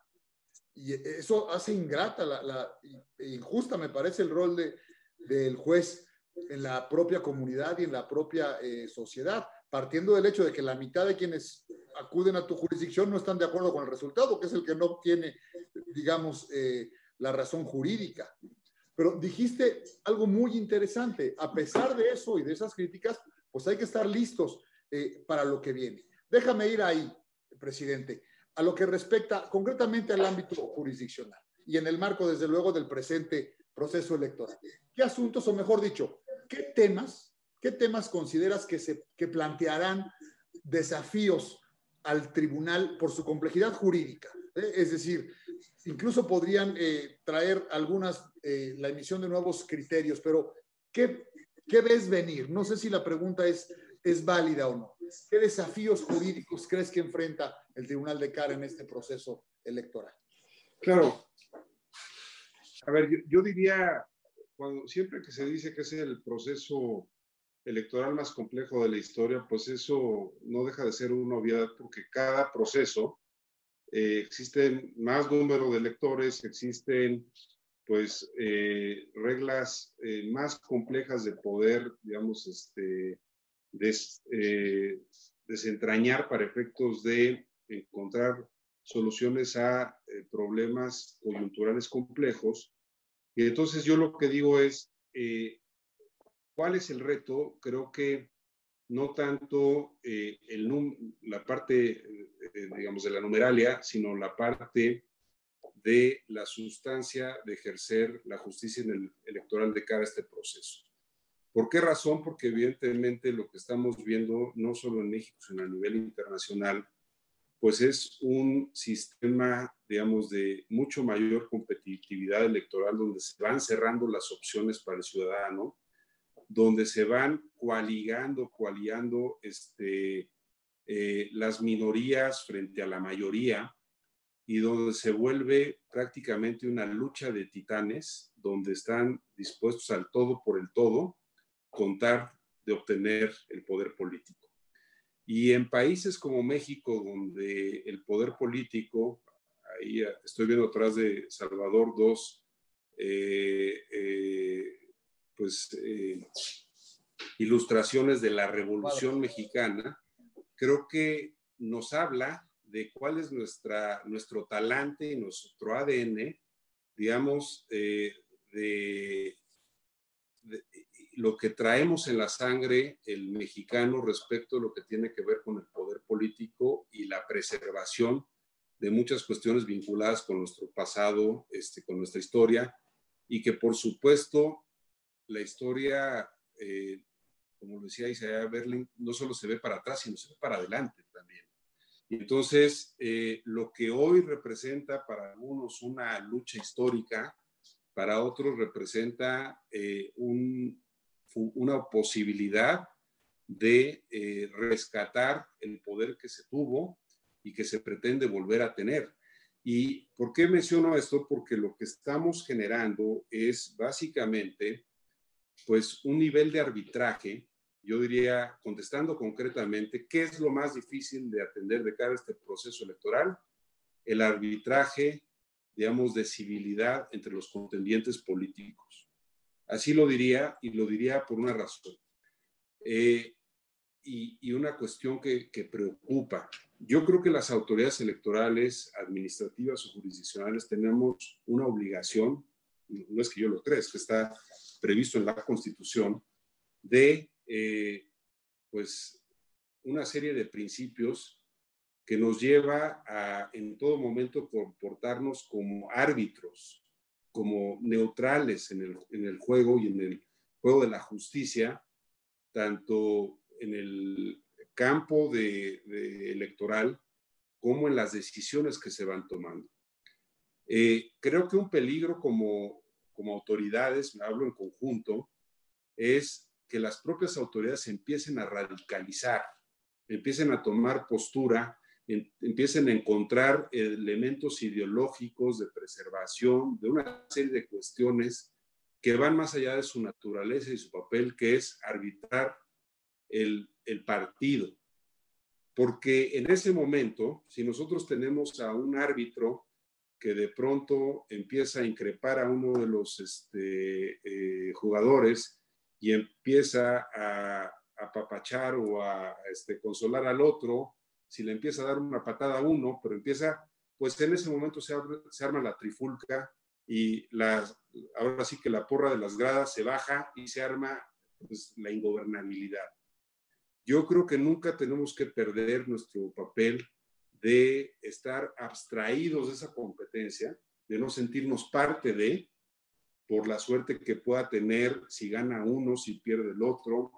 Y eso hace ingrata, la, la, injusta, me parece, el rol de, del juez en la propia comunidad y en la propia eh, sociedad, partiendo del hecho de que la mitad de quienes acuden a tu jurisdicción no están de acuerdo con el resultado, que es el que no obtiene, digamos, eh, la razón jurídica. Pero dijiste algo muy interesante. A pesar de eso y de esas críticas, pues hay que estar listos eh, para lo que viene. Déjame ir ahí, presidente, a lo que respecta concretamente al ámbito jurisdiccional y en el marco, desde luego, del presente proceso electoral. ¿Qué asuntos, o mejor dicho, qué temas, qué temas consideras que, se, que plantearán desafíos al tribunal por su complejidad jurídica? ¿Eh? Es decir, incluso podrían eh, traer algunas, eh, la emisión de nuevos criterios, pero ¿qué, ¿qué ves venir? No sé si la pregunta es, es válida o no. ¿Qué desafíos jurídicos crees que enfrenta el Tribunal de Cara en este proceso electoral? Claro. A ver, yo, yo diría, cuando, siempre que se dice que es el proceso electoral más complejo de la historia, pues eso no deja de ser una obviedad, porque cada proceso eh, existen más número de electores, existen pues eh, reglas eh, más complejas de poder, digamos, este, des, eh, desentrañar para efectos de encontrar soluciones a eh, problemas coyunturales complejos. Y entonces yo lo que digo es, eh, ¿cuál es el reto? Creo que no tanto eh, el num la parte, eh, digamos, de la numeralia, sino la parte de la sustancia de ejercer la justicia en el electoral de cara a este proceso. ¿Por qué razón? Porque evidentemente lo que estamos viendo, no solo en México, sino a nivel internacional, pues es un sistema, digamos, de mucho mayor competitividad electoral, donde se van cerrando las opciones para el ciudadano, donde se van coaligando, coaliando este, eh, las minorías frente a la mayoría, y donde se vuelve prácticamente una lucha de titanes, donde están dispuestos al todo por el todo, contar de obtener el poder político. Y en países como México, donde el poder político, ahí estoy viendo atrás de Salvador dos, eh, eh, pues, eh, ilustraciones de la Revolución Mexicana, creo que nos habla de cuál es nuestra, nuestro talante y nuestro A D N, digamos, eh, de, de lo que traemos en la sangre el mexicano respecto a lo que tiene que ver con el poder político y la preservación de muchas cuestiones vinculadas con nuestro pasado, este, con nuestra historia, y que por supuesto la historia, eh, como lo decía Isaiah Berlin, no solo se ve para atrás, sino se ve para adelante también. Y entonces, eh, lo que hoy representa para algunos una lucha histórica, para otros representa eh, un, una posibilidad de eh, rescatar el poder que se tuvo y que se pretende volver a tener. ¿Y por qué menciono esto? Porque lo que estamos generando es básicamente pues un nivel de arbitraje, yo diría, contestando concretamente, ¿qué es lo más difícil de atender de cara a este proceso electoral? El arbitraje, digamos, de civilidad entre los contendientes políticos. Así lo diría, y lo diría por una razón. Eh, y, y una cuestión que, que preocupa. Yo creo que las autoridades electorales, administrativas o jurisdiccionales tenemos una obligación, no es que yo lo crea, es que está previsto en la Constitución, de eh, pues una serie de principios que nos lleva a en todo momento comportarnos como árbitros, como neutrales en el, en el juego y en el juego de la justicia, tanto en el campo de, de electoral como en las decisiones que se van tomando. Eh, creo que un peligro como, como autoridades, me hablo en conjunto, es que las propias autoridades empiecen a radicalizar, empiecen a tomar postura, en, empiecen a encontrar elementos ideológicos de preservación, de una serie de cuestiones que van más allá de su naturaleza y su papel, que es arbitrar el, el partido. Porque en ese momento, si nosotros tenemos a un árbitro que de pronto empieza a increpar a uno de los este, eh, jugadores y empieza a apapachar o a este, consolar al otro, si le empieza a dar una patada a uno, pero empieza, pues en ese momento se, abre, se arma la trifulca y la, ahora sí que la porra de las gradas se baja y se arma pues, la ingobernabilidad. Yo creo que nunca tenemos que perder nuestro papel de estar abstraídos de esa competencia, de no sentirnos parte de, por la suerte que pueda tener si gana uno, si pierde el otro,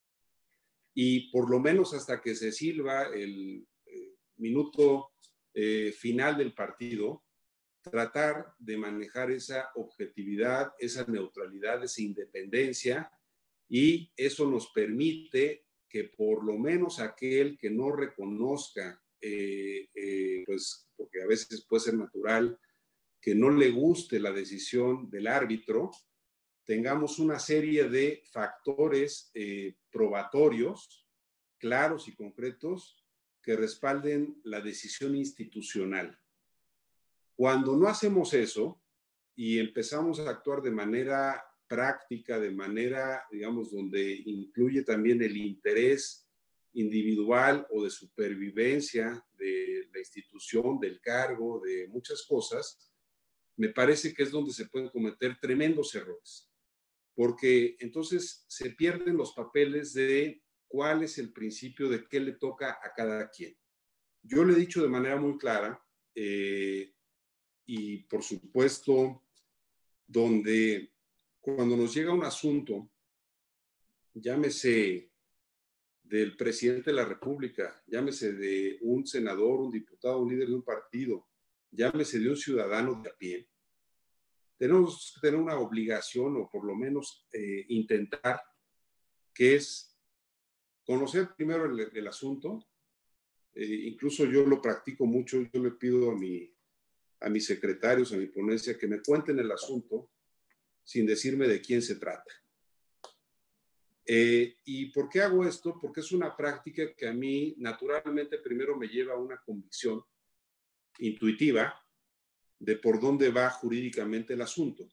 y por lo menos hasta que se silba el eh, minuto eh, final del partido, tratar de manejar esa objetividad, esa neutralidad, esa independencia, y eso nos permite que por lo menos aquel que no reconozca, eh, eh, pues porque a veces puede ser natural, que no le guste la decisión del árbitro, tengamos una serie de factores eh, probatorios, claros y concretos, que respalden la decisión institucional. Cuando no hacemos eso y empezamos a actuar de manera práctica, de manera, digamos, donde incluye también el interés individual o de supervivencia de la institución, del cargo, de muchas cosas, me parece que es donde se pueden cometer tremendos errores, porque entonces se pierden los papeles de cuál es el principio de qué le toca a cada quien. Yo le he dicho de manera muy clara, eh, y por supuesto, donde cuando nos llega un asunto, llámese del presidente de la República, llámese de un senador, un diputado, un líder de un partido, llámese de un ciudadano de a pie, tenemos que tener una obligación o por lo menos eh, intentar, que es conocer primero el, el asunto, Eh, incluso yo lo practico mucho, yo le pido a, mi, a mis secretarios, a mi ponencia, que me cuenten el asunto sin decirme de quién se trata. Eh, ¿Y por qué hago esto? Porque es una práctica que a mí naturalmente primero me lleva a una convicción intuitiva de por dónde va jurídicamente el asunto.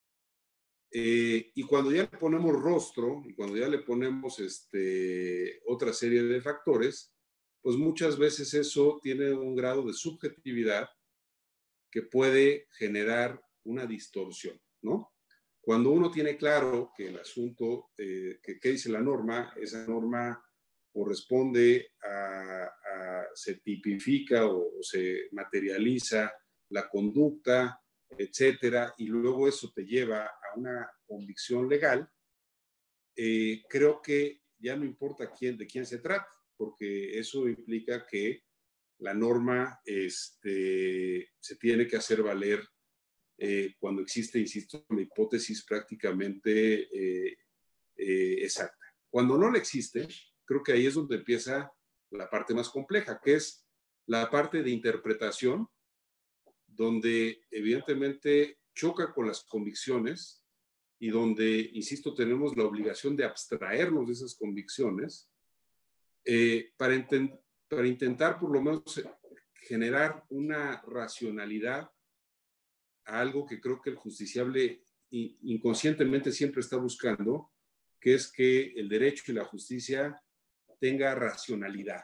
Eh, y cuando ya le ponemos rostro y cuando ya le ponemos este, otra serie de factores, pues muchas veces eso tiene un grado de subjetividad que puede generar una distorsión, ¿no? Cuando uno tiene claro que el asunto, eh, que qué dice la norma, esa norma corresponde a, a se tipifica o, o se materializa la conducta, etcétera, y luego eso te lleva a una convicción legal, eh, creo que ya no importa quién, de quién se trata, porque eso implica que la norma este, se tiene que hacer valer eh, cuando existe, insisto, una hipótesis prácticamente eh, eh, exacta. Cuando no la existe, creo que ahí es donde empieza la parte más compleja, que es la parte de interpretación, donde evidentemente choca con las convicciones y donde, insisto, tenemos la obligación de abstraernos de esas convicciones eh, para, intent para intentar por lo menos generar una racionalidad a algo que creo que el justiciable inconscientemente siempre está buscando, que es que el derecho y la justicia tenga racionalidad.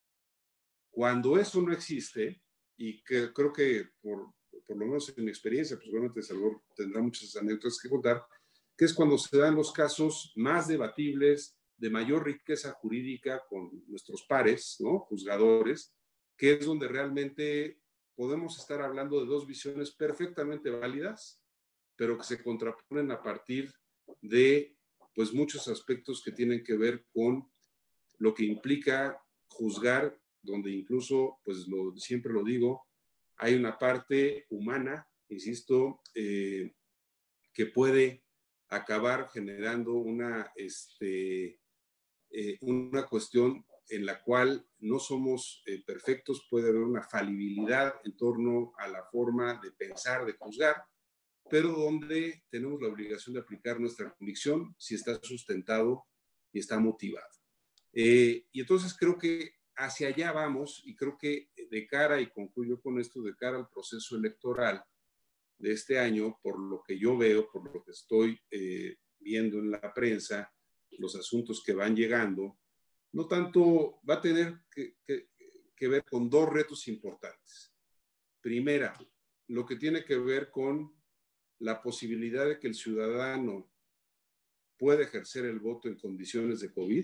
Cuando eso no existe, y que creo que por, por lo menos en mi experiencia, pues seguramente Salvador tendrá muchas anécdotas que contar, que es cuando se dan los casos más debatibles, de mayor riqueza jurídica con nuestros pares, ¿no? Juzgadores, que es donde realmente podemos estar hablando de dos visiones perfectamente válidas, pero que se contraponen a partir de pues, muchos aspectos que tienen que ver con lo que implica juzgar, donde incluso, pues lo, siempre lo digo, hay una parte humana, insisto, eh, que puede acabar generando una, este, eh, una cuestión en la cual no somos eh, perfectos, puede haber una falibilidad en torno a la forma de pensar, de juzgar, pero donde tenemos la obligación de aplicar nuestra convicción si está sustentado y está motivado. Eh, y entonces creo que hacia allá vamos, y creo que de cara, y concluyo con esto, de cara al proceso electoral de este año, por lo que yo veo, por lo que estoy eh, viendo en la prensa, los asuntos que van llegando, no tanto va a tener que, que, que ver con dos retos importantes. Primera, lo que tiene que ver con la posibilidad de que el ciudadano pueda ejercer el voto en condiciones de COVID,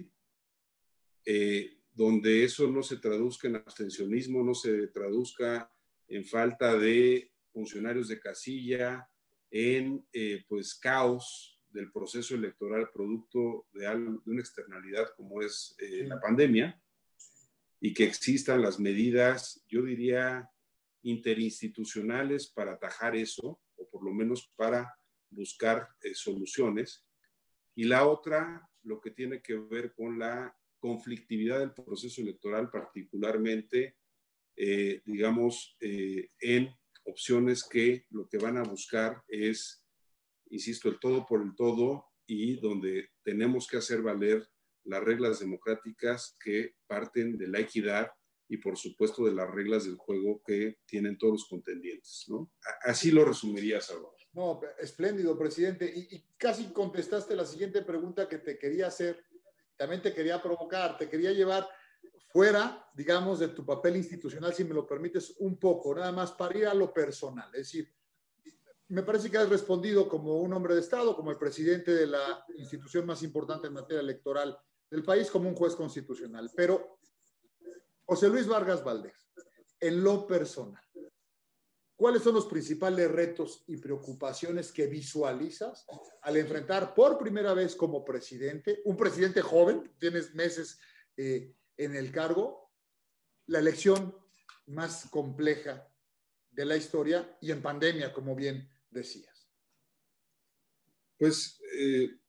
eh, donde eso no se traduzca en abstencionismo, no se traduzca en falta de funcionarios de casilla, en eh, pues caos del proceso electoral producto de, algo, de una externalidad como es eh, la pandemia, y que existan las medidas, yo diría, interinstitucionales para atajar eso, o por lo menos para buscar eh, soluciones. Y la otra, lo que tiene que ver con la conflictividad del proceso electoral, particularmente, eh, digamos, eh, en opciones que lo que van a buscar es, insisto, el todo por el todo, y donde tenemos que hacer valer las reglas democráticas que parten de la equidad y, por supuesto, de las reglas del juego que tienen todos los contendientes, ¿no? Así lo resumiría, Salvador. No, espléndido, presidente. Y, y casi contestaste la siguiente pregunta que te quería hacer. También te quería provocar, te quería llevar fuera, digamos, de tu papel institucional, si me lo permites, un poco, nada más para ir a lo personal. Es decir, me parece que has respondido como un hombre de Estado, como el presidente de la institución más importante en materia electoral del país, como un juez constitucional. Pero, José Luis Vargas Valdez, en lo personal, ¿cuáles son los principales retos y preocupaciones que visualizas al enfrentar por primera vez como presidente, un presidente joven, tienes meses eh, en el cargo, la elección más compleja de la historia y en pandemia, como bien decías? Pues eh,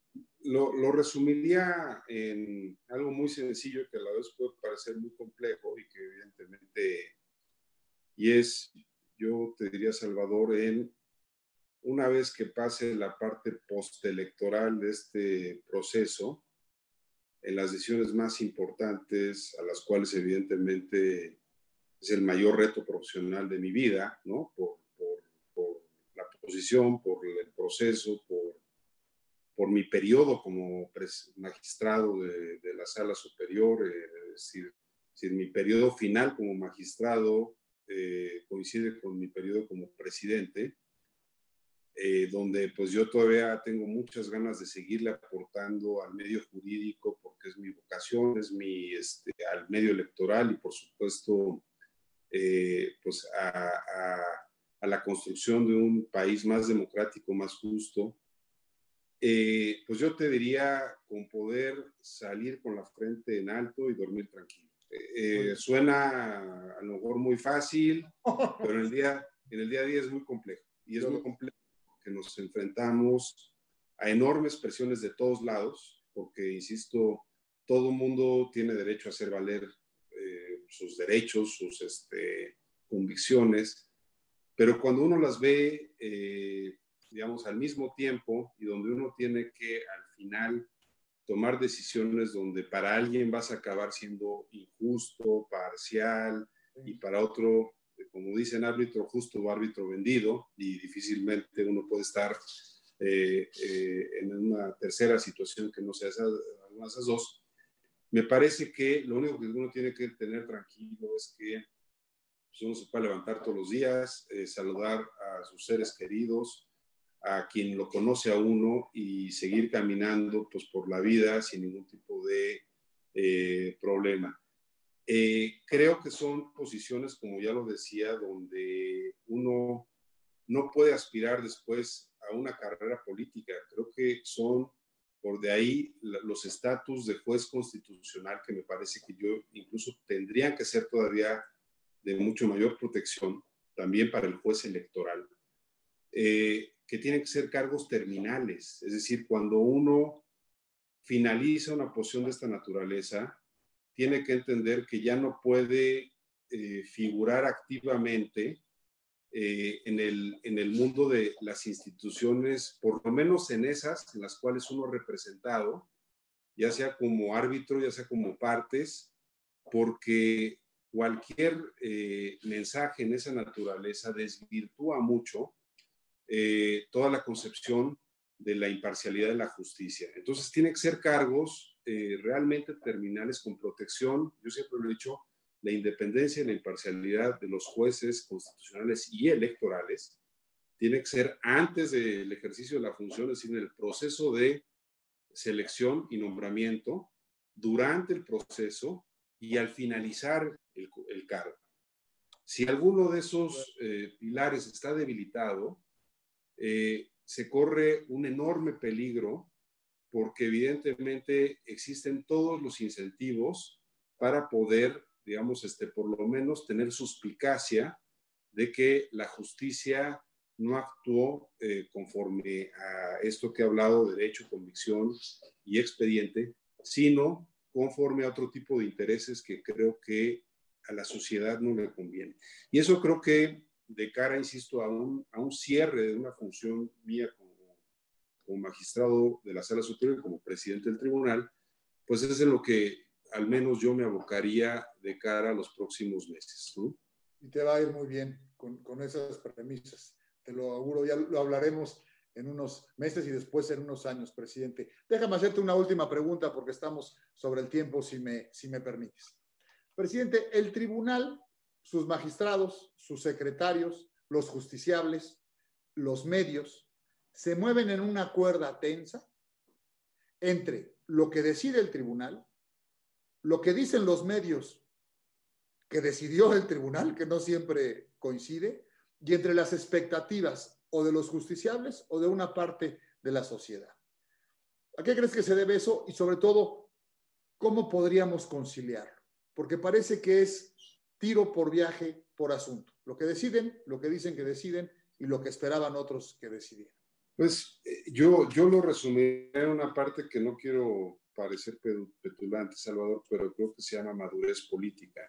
lo, lo resumiría en algo muy sencillo que a la vez puede parecer muy complejo y que evidentemente, y es, yo te diría, Salvador, en una vez que pase la parte postelectoral de este proceso, en las decisiones más importantes, a las cuales evidentemente es el mayor reto profesional de mi vida, ¿no? Por, por, por la posición, por el proceso, por, por mi periodo como magistrado de, de la Sala Superior, eh, es decir, si mi periodo final como magistrado eh, coincide con mi periodo como presidente, Eh, donde pues yo todavía tengo muchas ganas de seguirle aportando al medio jurídico porque es mi vocación, es mi, este, al medio electoral y por supuesto eh, pues a, a, a la construcción de un país más democrático, más justo. Eh, pues yo te diría con poder salir con la frente en alto y dormir tranquilo. Eh, eh, suena a lo mejor muy fácil, pero en el día, en el día a día es muy complejo y es muy complejo que nos enfrentamos a enormes presiones de todos lados, porque, insisto, todo mundo tiene derecho a hacer valer eh, sus derechos, sus este, convicciones, pero cuando uno las ve, eh, digamos, al mismo tiempo y donde uno tiene que, al final, tomar decisiones donde para alguien vas a acabar siendo injusto, parcial, y para otro, como dicen, árbitro justo o árbitro vendido, y difícilmente uno puede estar eh, eh, en una tercera situación que no sea esa, alguna de esas dos. Me parece que lo único que uno tiene que tener tranquilo es que pues, uno se puede levantar todos los días, eh, saludar a sus seres queridos, a quien lo conoce a uno y seguir caminando pues, por la vida sin ningún tipo de eh, problema. Eh, creo que son posiciones, como ya lo decía, donde uno no puede aspirar después a una carrera política. Creo que son por de ahí los estatus de juez constitucional que me parece que yo incluso tendrían que ser todavía de mucho mayor protección también para el juez electoral. Eh, que tienen que ser cargos terminales, es decir, cuando uno finaliza una posición de esta naturaleza, tiene que entender que ya no puede eh, figurar activamente eh, en, el, en el mundo de las instituciones, por lo menos en esas en las cuales uno es representado, ya sea como árbitro, ya sea como partes, porque cualquier eh, mensaje en esa naturaleza desvirtúa mucho Eh, toda la concepción de la imparcialidad de la justicia. Entonces, tiene que ser cargos eh, realmente terminales con protección. Yo siempre lo he dicho, la independencia y la imparcialidad de los jueces constitucionales y electorales tiene que ser antes del ejercicio de la función, es decir, en el proceso de selección y nombramiento, durante el proceso y al finalizar el, el cargo. Si alguno de esos eh, pilares está debilitado, Eh, se corre un enorme peligro porque evidentemente existen todos los incentivos para poder, digamos, este, por lo menos tener suspicacia de que la justicia no actuó eh, conforme a esto que he hablado, derecho, convicción y expediente, sino conforme a otro tipo de intereses que creo que a la sociedad no le conviene. Y eso creo que de cara, insisto, a un, a un cierre de una función mía como, como magistrado de la Sala Superior, como presidente del tribunal, pues es en lo que al menos yo me abocaría de cara a los próximos meses, ¿no? Y te va a ir muy bien con, con esas premisas. Te lo auguro, ya lo hablaremos en unos meses y después en unos años, presidente. Déjame hacerte una última pregunta porque estamos sobre el tiempo, si me, si me permites. Presidente, el tribunal, sus magistrados, sus secretarios, los justiciables, los medios, se mueven en una cuerda tensa entre lo que decide el tribunal, lo que dicen los medios que decidió el tribunal, que no siempre coincide, y entre las expectativas o de los justiciables o de una parte de la sociedad. ¿A qué crees que se debe eso? Y sobre todo, ¿cómo podríamos conciliarlo? Porque parece que es tiro por viaje por asunto. Lo que deciden, lo que dicen que deciden y lo que esperaban otros que decidieran. Pues yo, yo lo resumiré en una parte que no quiero parecer petulante, Salvador, pero creo que se llama madurez política.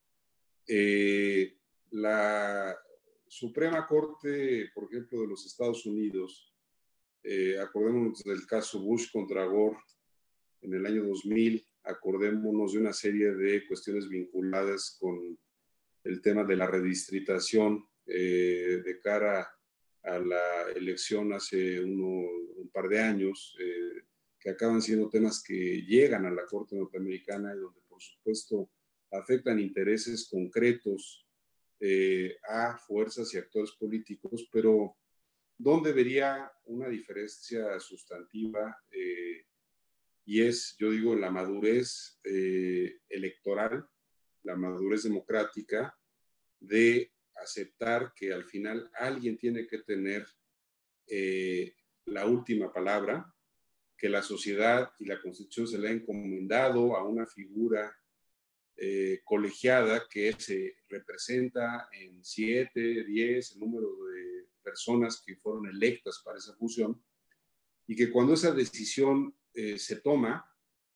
Eh, la Suprema Corte, por ejemplo, de los Estados Unidos, eh, acordémonos del caso Bush contra Gore en el año dos mil, acordémonos de una serie de cuestiones vinculadas con el tema de la redistritación eh, de cara a la elección hace uno, un par de años, eh, que acaban siendo temas que llegan a la Corte Norteamericana y donde, por supuesto, afectan intereses concretos eh, a fuerzas y actores políticos, pero donde vería una diferencia sustantiva eh, y es, yo digo, la madurez eh, electoral, la madurez democrática de aceptar que al final alguien tiene que tener eh, la última palabra, que la sociedad y la Constitución se le ha encomendado a una figura eh, colegiada que se representa en siete, diez, el número de personas que fueron electas para esa función, y que cuando esa decisión eh, se toma,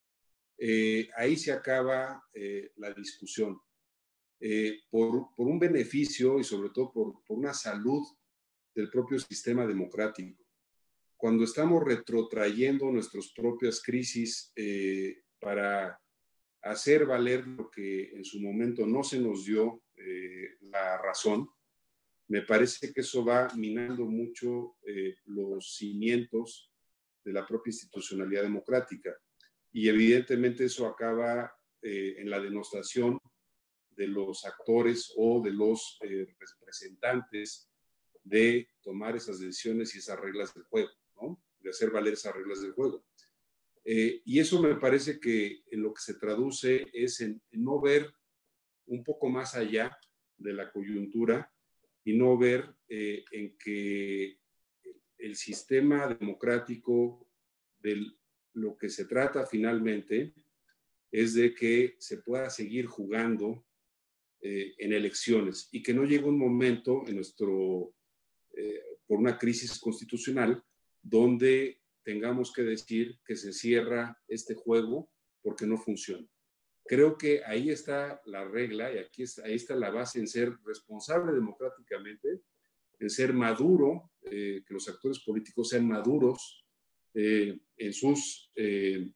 eh, ahí se acaba eh, la discusión. Eh, por, por un beneficio y sobre todo por, por una salud del propio sistema democrático. Cuando estamos retrotrayendo nuestras propias crisis eh, para hacer valer lo que en su momento no se nos dio eh, la razón, me parece que eso va minando mucho eh, los cimientos de la propia institucionalidad democrática. Y evidentemente eso acaba eh, en la denostación de los actores o de los eh, representantes de tomar esas decisiones y esas reglas del juego, ¿no? De hacer valer esas reglas del juego. Eh, y eso me parece que en lo que se traduce es en, en no ver un poco más allá de la coyuntura y no ver eh, en que el sistema democrático de lo que se trata finalmente es de que se pueda seguir jugando eh, en elecciones y que no llegue un momento en nuestro, eh, por una crisis constitucional, donde tengamos que decir que se cierra este juego porque no funciona. Creo que ahí está la regla y aquí está, ahí está la base en ser responsable democráticamente, en ser maduro, eh, que los actores políticos sean maduros eh, en sus, eh,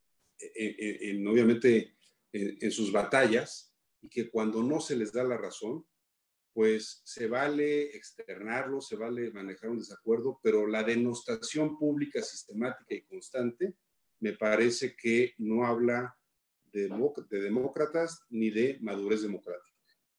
en, en, obviamente, en, en sus batallas, y que cuando no se les da la razón, pues se vale externarlo, se vale manejar un desacuerdo, pero la denostación pública, sistemática y constante, me parece que no habla de, de demócratas ni de madurez democrática.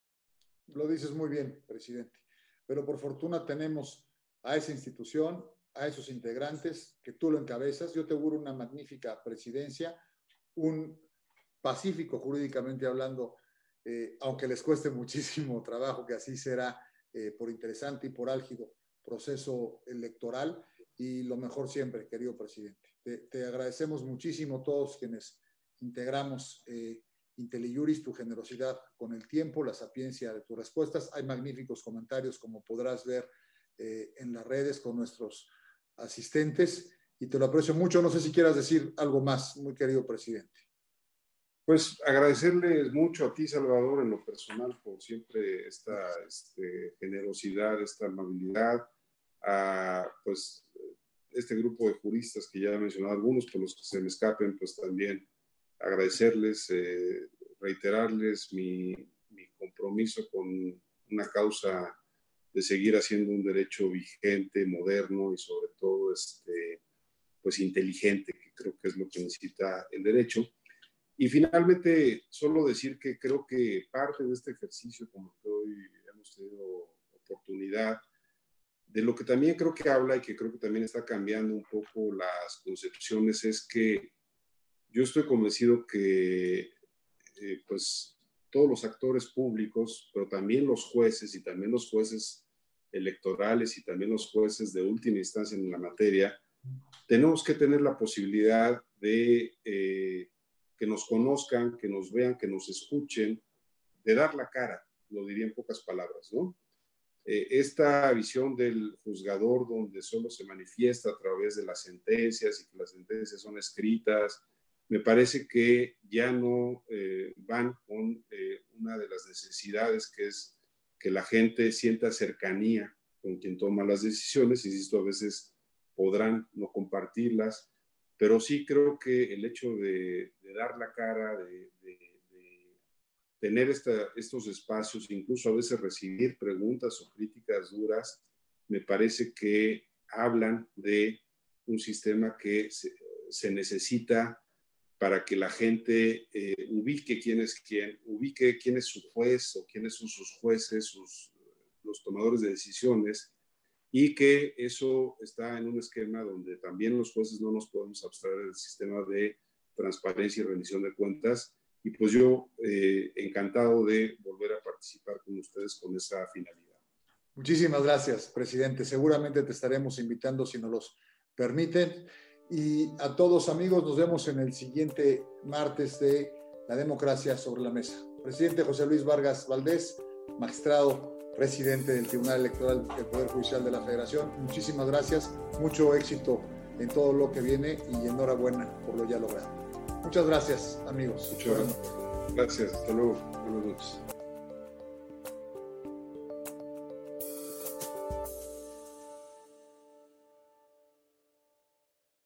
Lo dices muy bien, presidente, pero por fortuna tenemos a esa institución, a esos integrantes, que tú lo encabezas. Yo te auguro una magnífica presidencia, un pacífico jurídicamente hablando, eh, aunque les cueste muchísimo trabajo, que así será, eh, por interesante y por álgido proceso electoral, y lo mejor siempre, querido presidente. Te, te agradecemos muchísimo todos quienes integramos eh, IntelliJuris, tu generosidad con el tiempo, la sapiencia de tus respuestas. Hay magníficos comentarios, como podrás ver eh, en las redes con nuestros asistentes, y te lo aprecio mucho. No sé si quieras decir algo más, muy querido presidente. Pues agradecerles mucho a ti, Salvador, en lo personal, por siempre esta este, generosidad, esta amabilidad, a pues este grupo de juristas que ya he mencionado algunos, por los que se me escapen, pues también agradecerles, eh, reiterarles mi, mi compromiso con una causa de seguir haciendo un derecho vigente, moderno y sobre todo este, pues inteligente, que creo que es lo que necesita el derecho. Y finalmente, solo decir que creo que parte de este ejercicio, como que hoy hemos tenido oportunidad, de lo que también creo que habla y que creo que también está cambiando un poco las concepciones, es que yo estoy convencido que eh, pues todos los actores públicos, pero también los jueces y también los jueces electorales y también los jueces de última instancia en la materia, tenemos que tener la posibilidad de eh, que nos conozcan, que nos vean, que nos escuchen, de dar la cara, lo diría en pocas palabras, ¿no? eh, esta visión del juzgador donde solo se manifiesta a través de las sentencias y que las sentencias son escritas, me parece que ya no eh, van con eh, una de las necesidades, que es que la gente sienta cercanía con quien toma las decisiones. Insisto, a veces podrán no compartirlas, pero sí creo que el hecho de, de dar la cara, de, de, de tener esta, estos espacios, incluso a veces recibir preguntas o críticas duras, me parece que hablan de un sistema que se, se necesita para que la gente eh, ubique quién es quién, ubique quién es su juez o quiénes son sus jueces, sus, los tomadores de decisiones, y que eso está en un esquema donde también los jueces no nos podemos abstraer del sistema de transparencia y rendición de cuentas. Y pues yo eh, encantado de volver a participar con ustedes con esa finalidad. Muchísimas gracias, presidente. Seguramente te estaremos invitando si nos los permiten. Y a todos, amigos, nos vemos en el siguiente martes de La Democracia sobre la Mesa. Presidente José Luis Vargas Valdés, magistrado, presidente del Tribunal Electoral del Poder Judicial de la Federación. Muchísimas gracias, mucho éxito en todo lo que viene y enhorabuena por lo ya logrado. Muchas gracias, amigos. Muchas gracias. Hasta luego. Buenas noches.